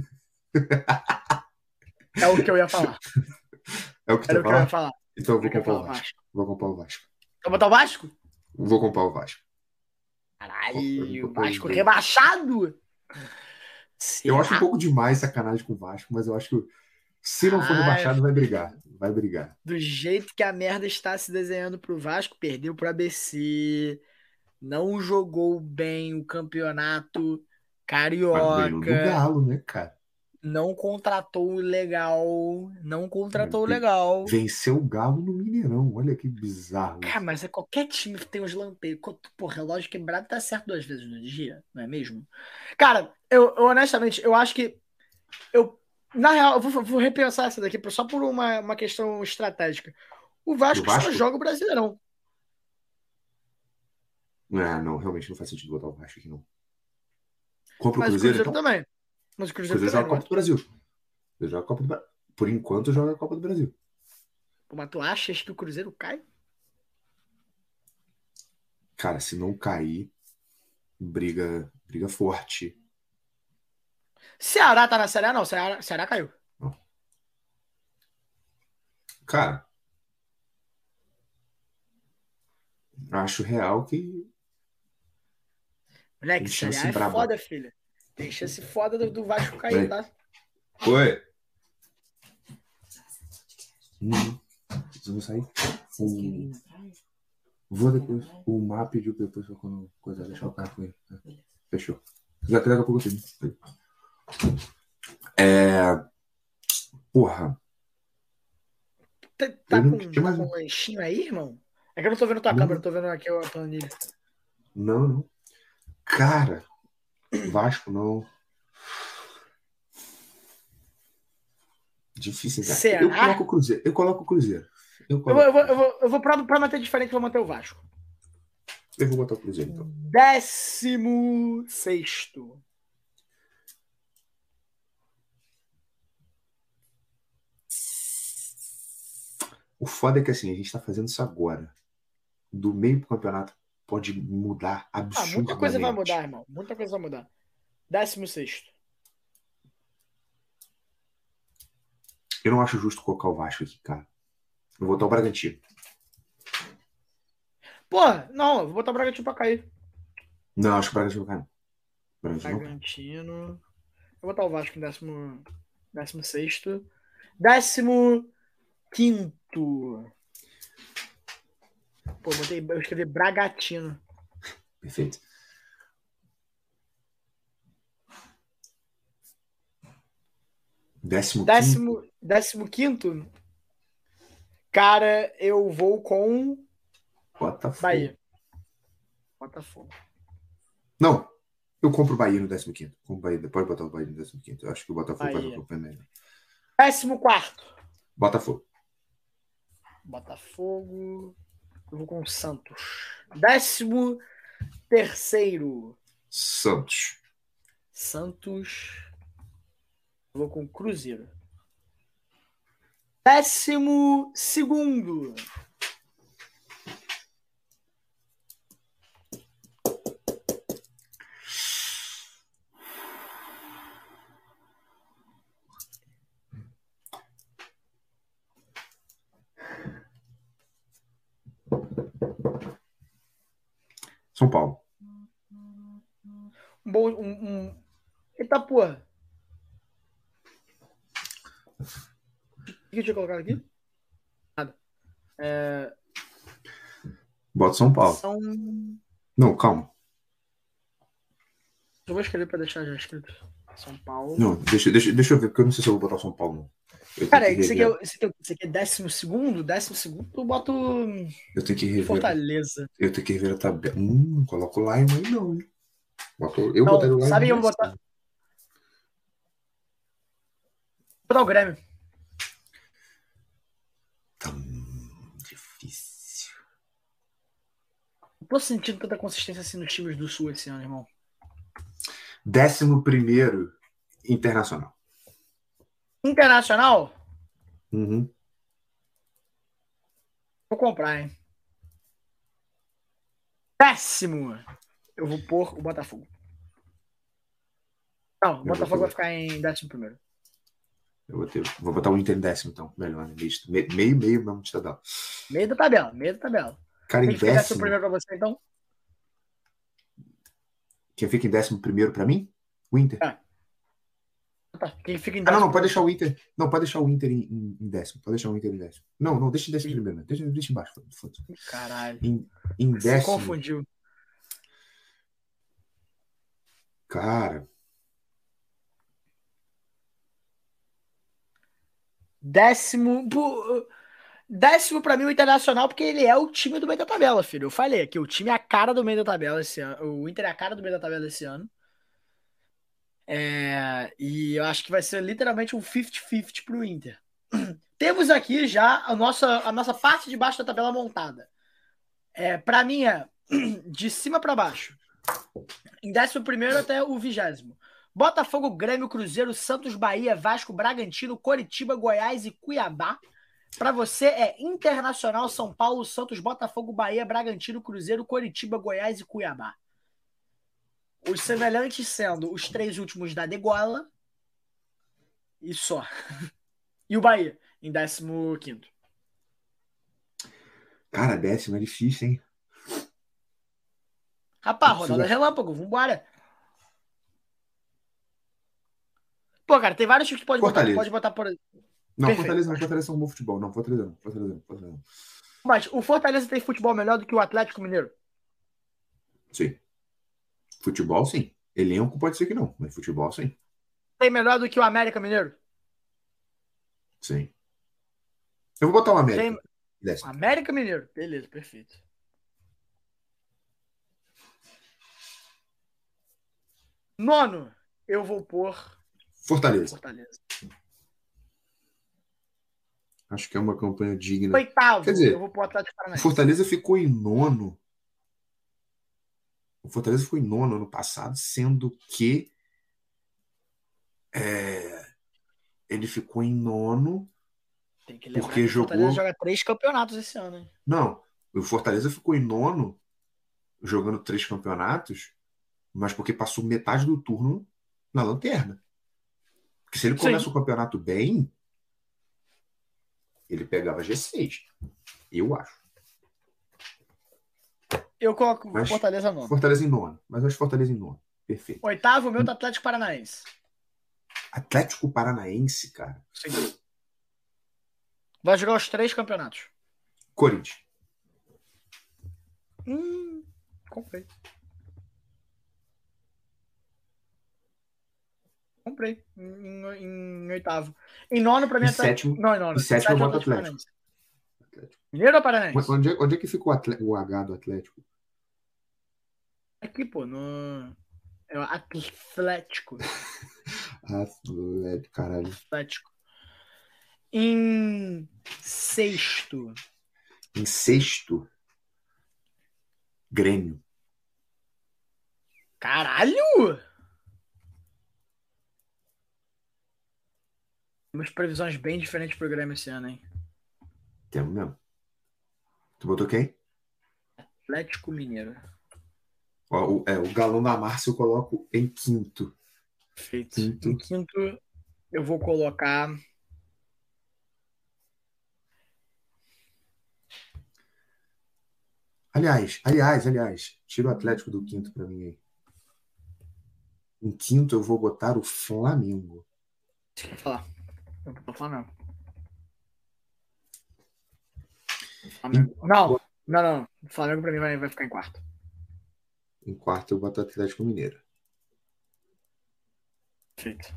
É o que eu ia falar. É o que Era tu o que eu ia vai falar? falar. Então eu vou Eu ia comprar o falar Vasco. Vou comprar o Vasco. Vai botar o Vasco? Vou comprar o Vasco. Caralho, botar os Vasco dois. rebaixado? Eu acho um Será? pouco demais sacanagem com o Vasco, mas eu acho que se não for Ai, rebaixado, vai brigar. Vai brigar. Do jeito que a merda está se desenhando pro Vasco, perdeu pro ABC, não jogou bem o campeonato Mas ganhou do carioca, Galo, né, cara? não contratou o legal, Venceu o Galo no Mineirão. Olha que bizarro Cara, isso. mas é qualquer time que tem uns lampejos. Porra, relógio quebrado tá certo 2 vezes no dia, não é mesmo? Cara, eu honestamente, eu acho que na real, eu vou repensar essa daqui só por uma questão estratégica. O Do Vasco só Vasco? joga o Brasileirão. Não, realmente não faz sentido botar o Vasco aqui, não. Compra o Mas o Cruzeiro, Cruzeiro então? também. Mas o O Cruzeiro Cruzeiro também, joga a não é? Copa do Brasil. Cruzeiro joga a Copa do Brasil. Por enquanto, joga a Copa do Brasil. Pô, mas tu achas que o Cruzeiro cai? Cara, se não cair, briga forte. Ceará tá na Série A? Não, Ceará caiu. Cara, acho real que Moleque, tem Série chance A é braba. foda, filho. Tem chance foda do Vasco cair, Peraí. tá? Oi. Vamos sair? Vou depois. O Mar pediu depois pra quando coisa deixar o carro com ele. Fechou. Já daqui a pouco eu tenho. Porra. Tá Eu não com tinha mais um um. lanchinho aí, irmão? É que eu não tô vendo tua Não. câmera, eu tô vendo aqui a planilha. Não. Cara, Vasco não. Difícil, cara. Será? Eu coloco o Cruzeiro. Eu vou pra manter diferente, vou manter o Vasco. Eu vou botar o Cruzeiro, então. 16º. O foda é que assim, a gente tá fazendo isso agora. Do meio pro campeonato pode mudar absurdamente. Muita coisa vai mudar, irmão. Muita coisa vai mudar. 16º. Eu não acho justo colocar o Vasco aqui, cara. Eu vou botar o Bragantino. Pô, não, eu vou botar o Bragantino pra cair. Não, acho que o Bragantino não cai. Bragantino. Eu vou botar o Vasco em 16º. 15º. Pô, eu escrevi Bragatino. Perfeito. Décimo quinto. Cara, eu vou com Botafogo. Bahia. Botafogo. Não, eu compro o Bahia no 15º. Pode botar o Bahia no 15º. Eu acho que o Botafogo Bahia. faz uma campanha melhor. 14º. Botafogo. Eu vou com o Santos. 13º. Santos. Eu vou com o Cruzeiro. 12º. São Paulo. Eita porra. O que eu tinha colocado aqui? Nada. Bota São Paulo. Não, calma. Eu vou escrever pra deixar já escrito. São Paulo. Não, deixa eu ver, porque eu não sei se eu vou botar São Paulo, não. Cara, esse aqui é 12º? 12º, eu boto Eu tenho que rever. Fortaleza. Eu tenho que rever a tabela. Não coloco o Lion aí, não, hein? Eu Não, botaria o Lion. sabe, eu vou botar o Grêmio. Tão difícil. Não tô sentindo tanta consistência assim nos times do Sul esse ano, irmão. 11º Internacional. Internacional? Uhum. Vou comprar, hein? 10º. Eu vou pôr o Botafogo. Não, o Botafogo vai ficar em 11º. Vou botar o Inter em 10º, então. Melhor, né? Meio mesmo de tabela. Meio da tabela. Cara, em Quem fica em 10º. 11º pra você, então? Quem fica em 11º pra mim? O Inter. Tá. Quem fica em 10º? Não, pode deixar o Inter. Não, pode deixar o Inter em 10º. Pode deixar o Inter em 10º. Não, deixa em 11º primeiro, né? Deixa embaixo. Caralho. Em 10º. Se confundiu. Cara. 10º pra mim o Internacional, porque ele é o time do meio da tabela, filho. Eu falei que o time é a cara do meio da tabela esse ano. O Inter é a cara do meio da tabela esse ano. E eu acho que vai ser literalmente um 50-50 pro Inter. Temos aqui já a nossa parte de baixo da tabela montada. Pra mim é de cima pra baixo. Em 11º até o 20º. Botafogo, Grêmio, Cruzeiro, Santos, Bahia, Vasco, Bragantino, Coritiba, Goiás e Cuiabá. Para você é Internacional, São Paulo, Santos, Botafogo, Bahia, Bragantino, Cruzeiro, Coritiba, Goiás e Cuiabá. Os semelhantes sendo os 3 últimos da degola e só. E o Bahia em 15º. Cara, 10º é difícil, hein? Rapaz, rodada relâmpago, vambora. Pô, cara, tem vários times que pode botar por... Não, Perfeito. Fortaleza é um bom futebol. Não, Fortaleza não. Mas o Fortaleza tem futebol melhor do que o Atlético Mineiro? Sim. Futebol, sim. Elenco pode ser que não, mas futebol, sim. Tem melhor do que o América Mineiro? Sim. Eu vou botar o América. América Mineiro. Beleza, perfeito. Nono, eu vou pôr Fortaleza. Acho que é uma campanha digna. 8º, quer dizer, eu vou pôr o Atlético Paranaense. O Fortaleza ficou em 9º. O Fortaleza foi em 9º ano passado, sendo que ele ficou em 9º Tem que lembrar porque que jogou... o Fortaleza joga 3 campeonatos esse ano, hein? Não, o Fortaleza ficou em 9º jogando 3 campeonatos, mas porque passou metade do turno na lanterna. Porque se ele começa o campeonato bem, ele pegava G6. Eu acho. Eu coloco o Fortaleza 9º. Fortaleza em 9º. Mas eu acho Fortaleza em 9º. Perfeito. 8º, meu tá Atlético Paranaense. Atlético Paranaense, cara. Sim. Vai jogar os 3 campeonatos. Corinthians. Comprei. Em 8º. Em 9º, pra mim, Em 7º. Não, em 9º. Em 7º eu boto Atlético. Mineiro ou Paranaense? Onde é que ficou o H do Atlético? Aqui, pô, é o Atlético. Atlético, caralho. Atlético. Em 6º. Em 6º? Grêmio. Caralho! Temos previsões bem diferentes pro Grêmio esse ano, hein? Temos mesmo. Tu botou quem? Atlético Mineiro. O galão da Márcia eu coloco em 5º. Perfeito. Em 5º eu vou colocar... Aliás, tira o Atlético do quinto pra mim aí. Em quinto eu vou botar o Flamengo. Deixa eu falar. Eu vou falar Flamengo. Não. O Flamengo pra mim vai ficar em quarto. Em quarto eu boto o Atlético Mineiro. Perfeito.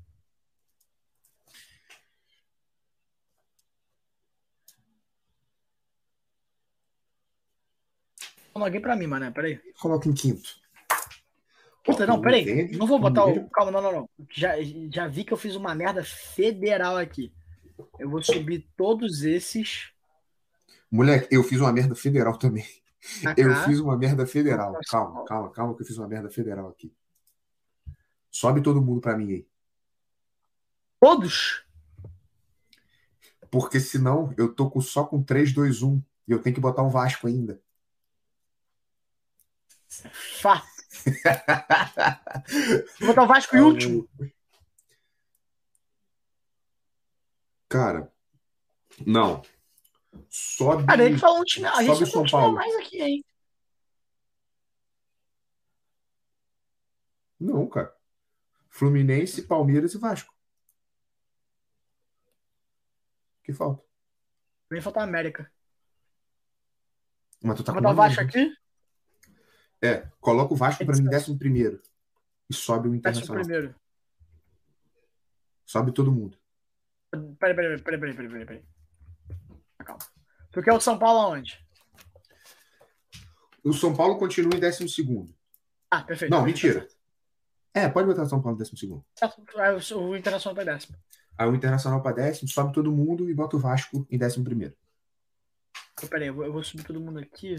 Fala alguém pra mim, mano. Peraí. Coloca em quinto. Puta, não, peraí. Não vou botar o. Mineiro. Calma, não. Já vi que eu fiz uma merda federal aqui. Eu vou subir todos esses. Moleque, eu fiz uma merda federal também. pra Eu cá. fiz uma merda federal. Nossa. Calma, que eu fiz uma merda federal aqui. Sobe todo mundo pra mim aí. Todos? Porque senão eu tô só com 3, 2, 1. E eu tenho que botar o Vasco ainda. Fá. Vou botar o Vasco em último. Cara, não. Sobe. Cara, a gente falou um time. A gente Sobe falou um São time a Paulo. mais aqui, hein? Não, cara. Fluminense, Palmeiras e Vasco. O que falta? Vem faltar a América. Mas tu tá Vou com botar o Vasco América. aqui. Coloca o Vasco pra mim em 11º. E sobe o Décimo Internacional. primeiro. Sobe todo mundo. Peraí. Calma. Tu quer o São Paulo aonde? O São Paulo continua em 12º. Ah, perfeito. Não, mentira. Pode botar o São Paulo em 12º. Certo. O Internacional vai décimo. Aí o Internacional pra 10º, sobe todo mundo e bota o Vasco em 11º. Peraí, eu vou subir todo mundo aqui.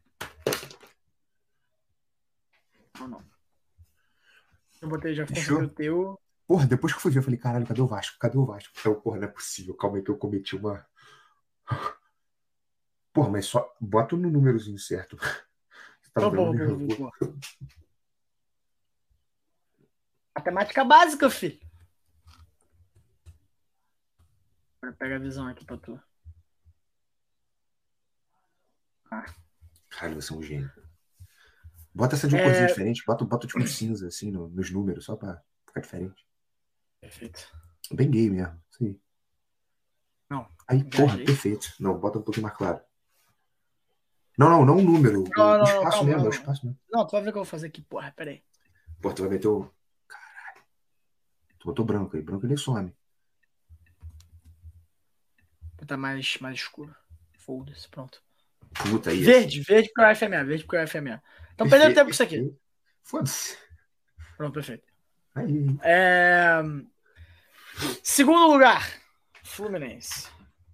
Não. Eu botei, já consegui o teu. Porra, depois que eu fui ver, eu falei, caralho, cadê o Vasco? Então, porra, não é possível. Calma aí que eu cometi uma... Porra, mas só bota no númerozinho certo. Você tá Vou. Matemática básica, filho. Agora pega a visão aqui pra tu. Caralho, você é um gênio. Bota essa de uma corzinha diferente. Bota tipo cinza, assim, nos números, só pra ficar diferente. Perfeito. Bem gay mesmo. Sim. Não. Aí, porra, perfeito. Não, bota um pouquinho mais claro. Não um número. Não, o espaço calma, mesmo, não. o espaço mesmo. Não, tu vai ver o que eu vou fazer aqui, porra, peraí. Porra, tu vai meter o... Caralho. Tu botou branco aí. Branco ele some. Botar mais escuro. Foda-se, pronto. Puta aí. Verde pro FMA. Então perdendo tempo com isso aqui. Foda-se. Pronto, perfeito. Aí. Segundo lugar, Fluminense.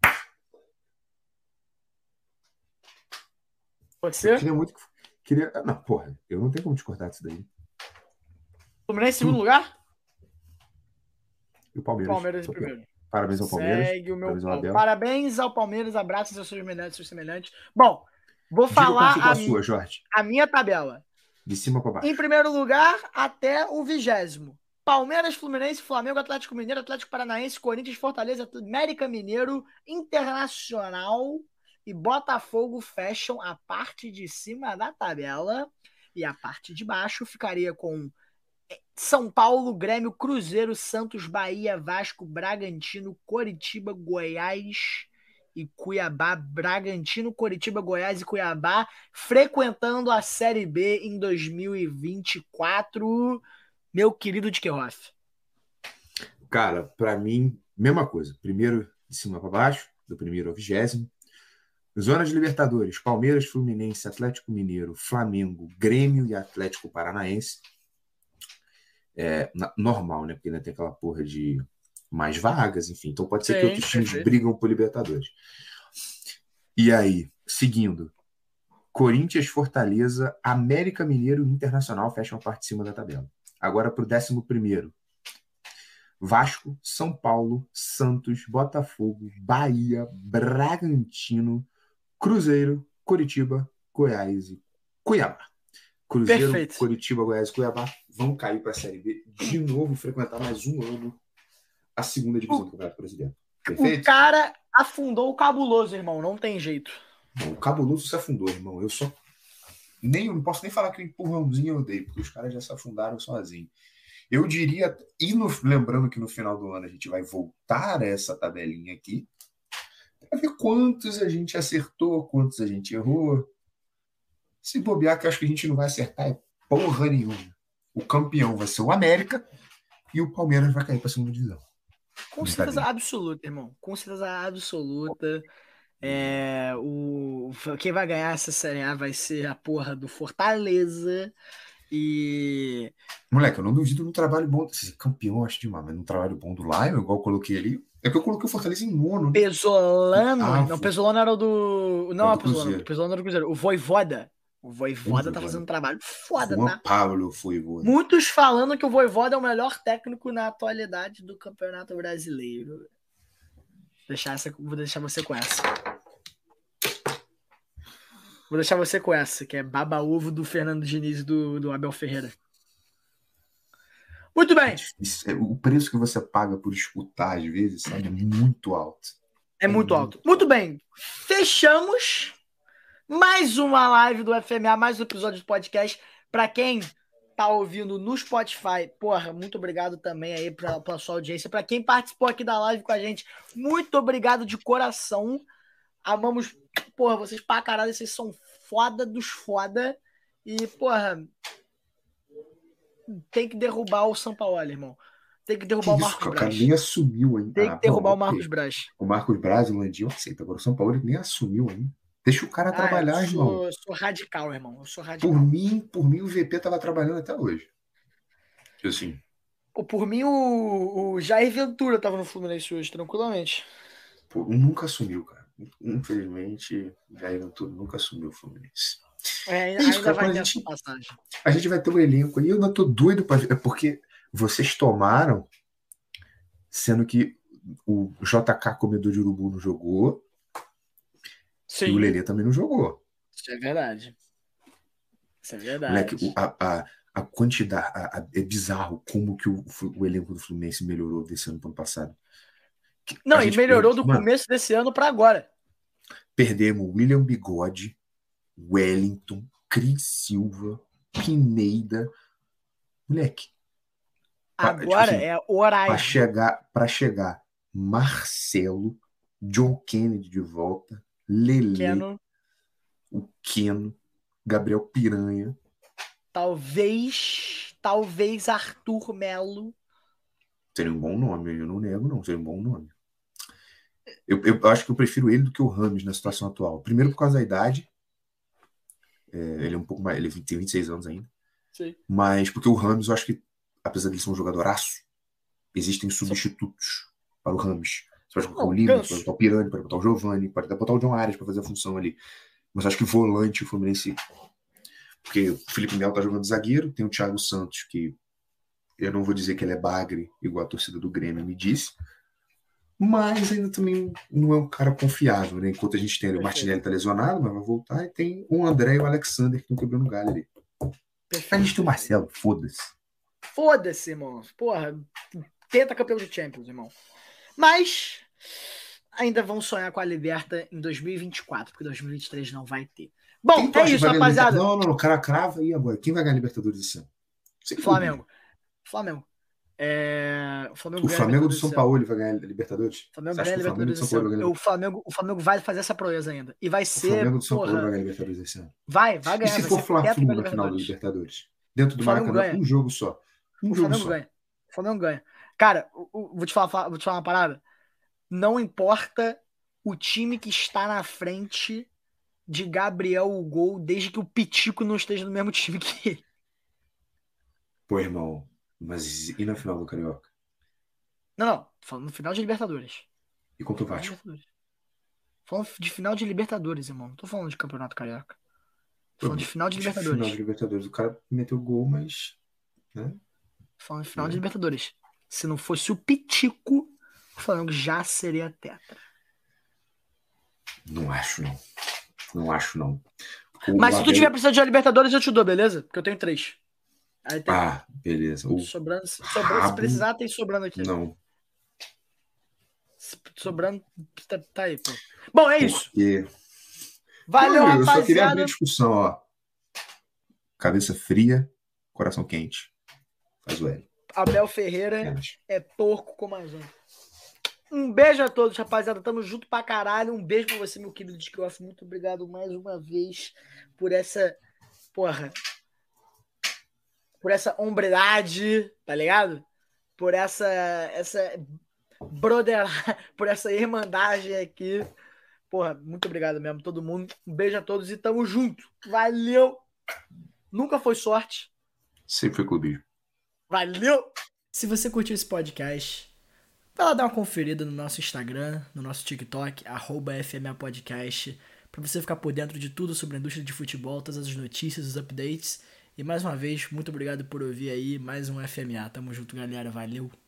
Pode ser? Eu queria muito que... Não, porra, eu não tenho como discordar disso daí. Fluminense em segundo lugar? E o Palmeiras. Palmeiras em primeiro. Parabéns ao Palmeiras. Segue o meu Parabéns ao pau. Abel. Parabéns ao Palmeiras, abraços aos seus semelhantes. Bom, vou Diga falar qual ficou a sua, Jorge. a minha tabela. De cima pra baixo. Em primeiro lugar, até o 20º. Palmeiras, Fluminense, Flamengo, Atlético Mineiro, Atlético Paranaense, Corinthians, Fortaleza, América Mineiro, Internacional e Botafogo fecham a parte de cima da tabela. E a parte de baixo ficaria com São Paulo, Grêmio, Cruzeiro, Santos, Bahia, Vasco, Bragantino, Coritiba, Goiás e Cuiabá. Bragantino, Coritiba, Goiás e Cuiabá frequentando a Série B em 2024. Meu querido Dickerhoff. Cara, pra mim, mesma coisa. Primeiro de cima pra baixo, do primeiro ao 20º. Zona de Libertadores, Palmeiras, Fluminense, Atlético Mineiro, Flamengo, Grêmio e Atlético Paranaense. Normal, né? Porque ainda tem aquela porra de mais vagas, enfim. Então pode ser que outros times brigam por Libertadores. E aí, seguindo, Corinthians, Fortaleza, América Mineiro e Internacional fecham a parte de cima da tabela. Agora pro 11º. Vasco, São Paulo, Santos, Botafogo, Bahia, Bragantino, Cruzeiro, Coritiba, Goiás e Cuiabá. Cruzeiro, Perfeito. Coritiba, Goiás e Cuiabá vão cair para a Série B de novo, frequentar mais um ano a segunda divisão do Campeonato Brasileiro. Perfeito? O cara afundou o cabuloso, irmão. Não tem jeito. Bom, o Cabuloso se afundou, irmão. Eu não posso nem falar que o empurrãozinho eu dei, porque os caras já se afundaram sozinhos. Eu diria, lembrando que no final do ano a gente vai voltar a essa tabelinha aqui, para ver quantos a gente acertou, quantos a gente errou. Se bobear, que eu acho que a gente não vai acertar é porra nenhuma. O campeão vai ser o América e o Palmeiras vai cair para a segunda divisão. Com certeza absoluta, irmão. Com certeza absoluta. Quem vai ganhar essa Série A vai ser a porra do Fortaleza. E. Moleque, eu não duvido no trabalho bom. Campeão, acho demais, mas no trabalho bom do Lion, igual eu coloquei ali. É que eu coloquei o Fortaleza em nono. Pesolano? Não, Pesolano era o do. Não, é do Pesolano. Pesolano era do Cruzeiro. O Voivoda. O Voivoda tá fazendo um trabalho foda, Juan tá? Pablo Voivoda. Muitos falando que o Voivoda é o melhor técnico na atualidade do Campeonato Brasileiro. Vou deixar você com essa. Vou deixar você com essa, que é baba-ovo do Fernando Diniz e do Abel Ferreira. Muito bem. O preço que você paga por escutar, às vezes, sabe, é muito alto. É muito alto. Muito bem. Fechamos mais uma live do FMA, mais um episódio do podcast. Para quem tá ouvindo no Spotify, porra, muito obrigado também aí pela sua audiência. Para quem participou aqui da live com a gente, muito obrigado de coração. Amamos, porra, vocês pra caralho, vocês são foda dos foda. E, porra, tem que derrubar o Sampaoli, irmão. Tem que derrubar o Marcos Braz. O cara nem assumiu ainda. Tem que derrubar o Marcos Braz. O Marcos Braz, o Landinho, aceita. Agora o Sampaoli nem assumiu ainda. Deixa o cara trabalhar, irmão. Eu sou radical, irmão. Eu sou radical. Por mim, o VP tava trabalhando até hoje. Assim. Por mim, o Jair Ventura tava no Fluminense hoje, tranquilamente. Pô, nunca assumiu, cara. Infelizmente, Jair Ventura nunca assumiu o Fluminense. Ainda vai ter essa passagem. A gente vai ter um elenco aí. Eu não tô doido pra ver. É porque vocês tomaram, sendo que o JK Comedor de Urubu não jogou. Sim. E o Lelê também não jogou. Isso é verdade. Isso é verdade. Moleque, a quantidade. É bizarro como que o elenco do Fluminense melhorou desse ano pro ano passado. Não, e melhorou do começo desse ano para agora. Perdemos William Bigode, Wellington, Cris Silva, Pineda. Moleque. Agora tipo assim, é horário. Para chegar Marcelo, John Kennedy de volta, Lelê, o Keno, Gabriel Piranha. Talvez Arthur Melo. Seria um bom nome, eu não nego, não. Seria um bom nome. Eu acho que eu prefiro ele do que o Rames na situação atual. Primeiro por causa da idade. Ele é um pouco mais. Ele tem 26 anos ainda. Sim. Mas porque o Rames, eu acho que, apesar de ele ser um jogadoraço, existem substitutos para o Rames. Você pode colocar o Lima, pode botar o Pirani, pode botar o Giovani, pode até botar o John Arias para fazer a função ali. Mas acho que volante o Fluminense. Porque o Felipe Melo tá jogando zagueiro, tem o Thiago Santos, que eu não vou dizer que ele é bagre, igual a torcida do Grêmio me disse, mas ainda também não é um cara confiável, né? Enquanto a gente tem o Martinelli tá lesionado, mas vai voltar, e tem o André e o Alexander que estão quebrando galho ali. A gente tem o Marcelo, foda-se. Foda-se, irmão. Porra, tenta campeão de Champions, irmão. Mas ainda vão sonhar com a Liberta em 2024, porque 2023 não vai ter. Bom, é isso, rapaziada. Não, o cara crava aí agora. Quem vai ganhar a Libertadores esse ano? Flamengo. O Flamengo do São Paulo vai ganhar a Libertadores? O Flamengo vai fazer essa proeza ainda. E vai ser. O Flamengo do São Paulo vai ganhar a Libertadores esse ano. Vai ganhar. E se for Fla-Flu na final da Libertadores? Dentro do Maracanã, um jogo só. O Flamengo ganha. Cara, vou te falar uma parada. Não importa o time que está na frente de Gabriel o gol, desde que o Pitico não esteja no mesmo time que ele. Pô, irmão, mas e na final do Carioca? Não, tô falando no final de Libertadores. E contra o Vasco? Falando de final de Libertadores, irmão. Não tô falando de Campeonato Carioca. Tô falando de final de Libertadores. Final de Libertadores. O cara meteu gol, mas... né? Tô falando de final de Libertadores. Se não fosse o Pitico, o Flamengo já seria tetra. Não acho, não. Mas se tu tiver precisando de uma Libertadores, eu te dou, beleza? Porque eu tenho 3. Aí tem... beleza. Sobrando, se precisar, tem sobrando aqui. Não. Sobrando, tá aí, pô. Bom, é isso. Valeu, Não, eu só queria rapaziada. abrir a discussão, ó. Cabeça fria, coração quente. Faz o L. Abel Ferreira Apenas. é porco como a gente. Um beijo a todos, rapaziada. Tamo junto pra caralho. Um beijo pra você, meu querido Discroft. Muito obrigado mais uma vez por essa. Porra. Por essa hombridade, tá ligado? Por essa brother, por essa irmandagem aqui. Porra, muito obrigado mesmo, todo mundo. Um beijo a todos e tamo junto. Valeu! Nunca foi sorte. Sempre foi clubismo. Valeu! Se você curtiu esse podcast, vai lá dar uma conferida no nosso Instagram, no nosso TikTok, @FMAPodcast, pra você ficar por dentro de tudo sobre a indústria de futebol, todas as notícias, os updates. E mais uma vez, muito obrigado por ouvir aí mais um FMA. Tamo junto, galera. Valeu!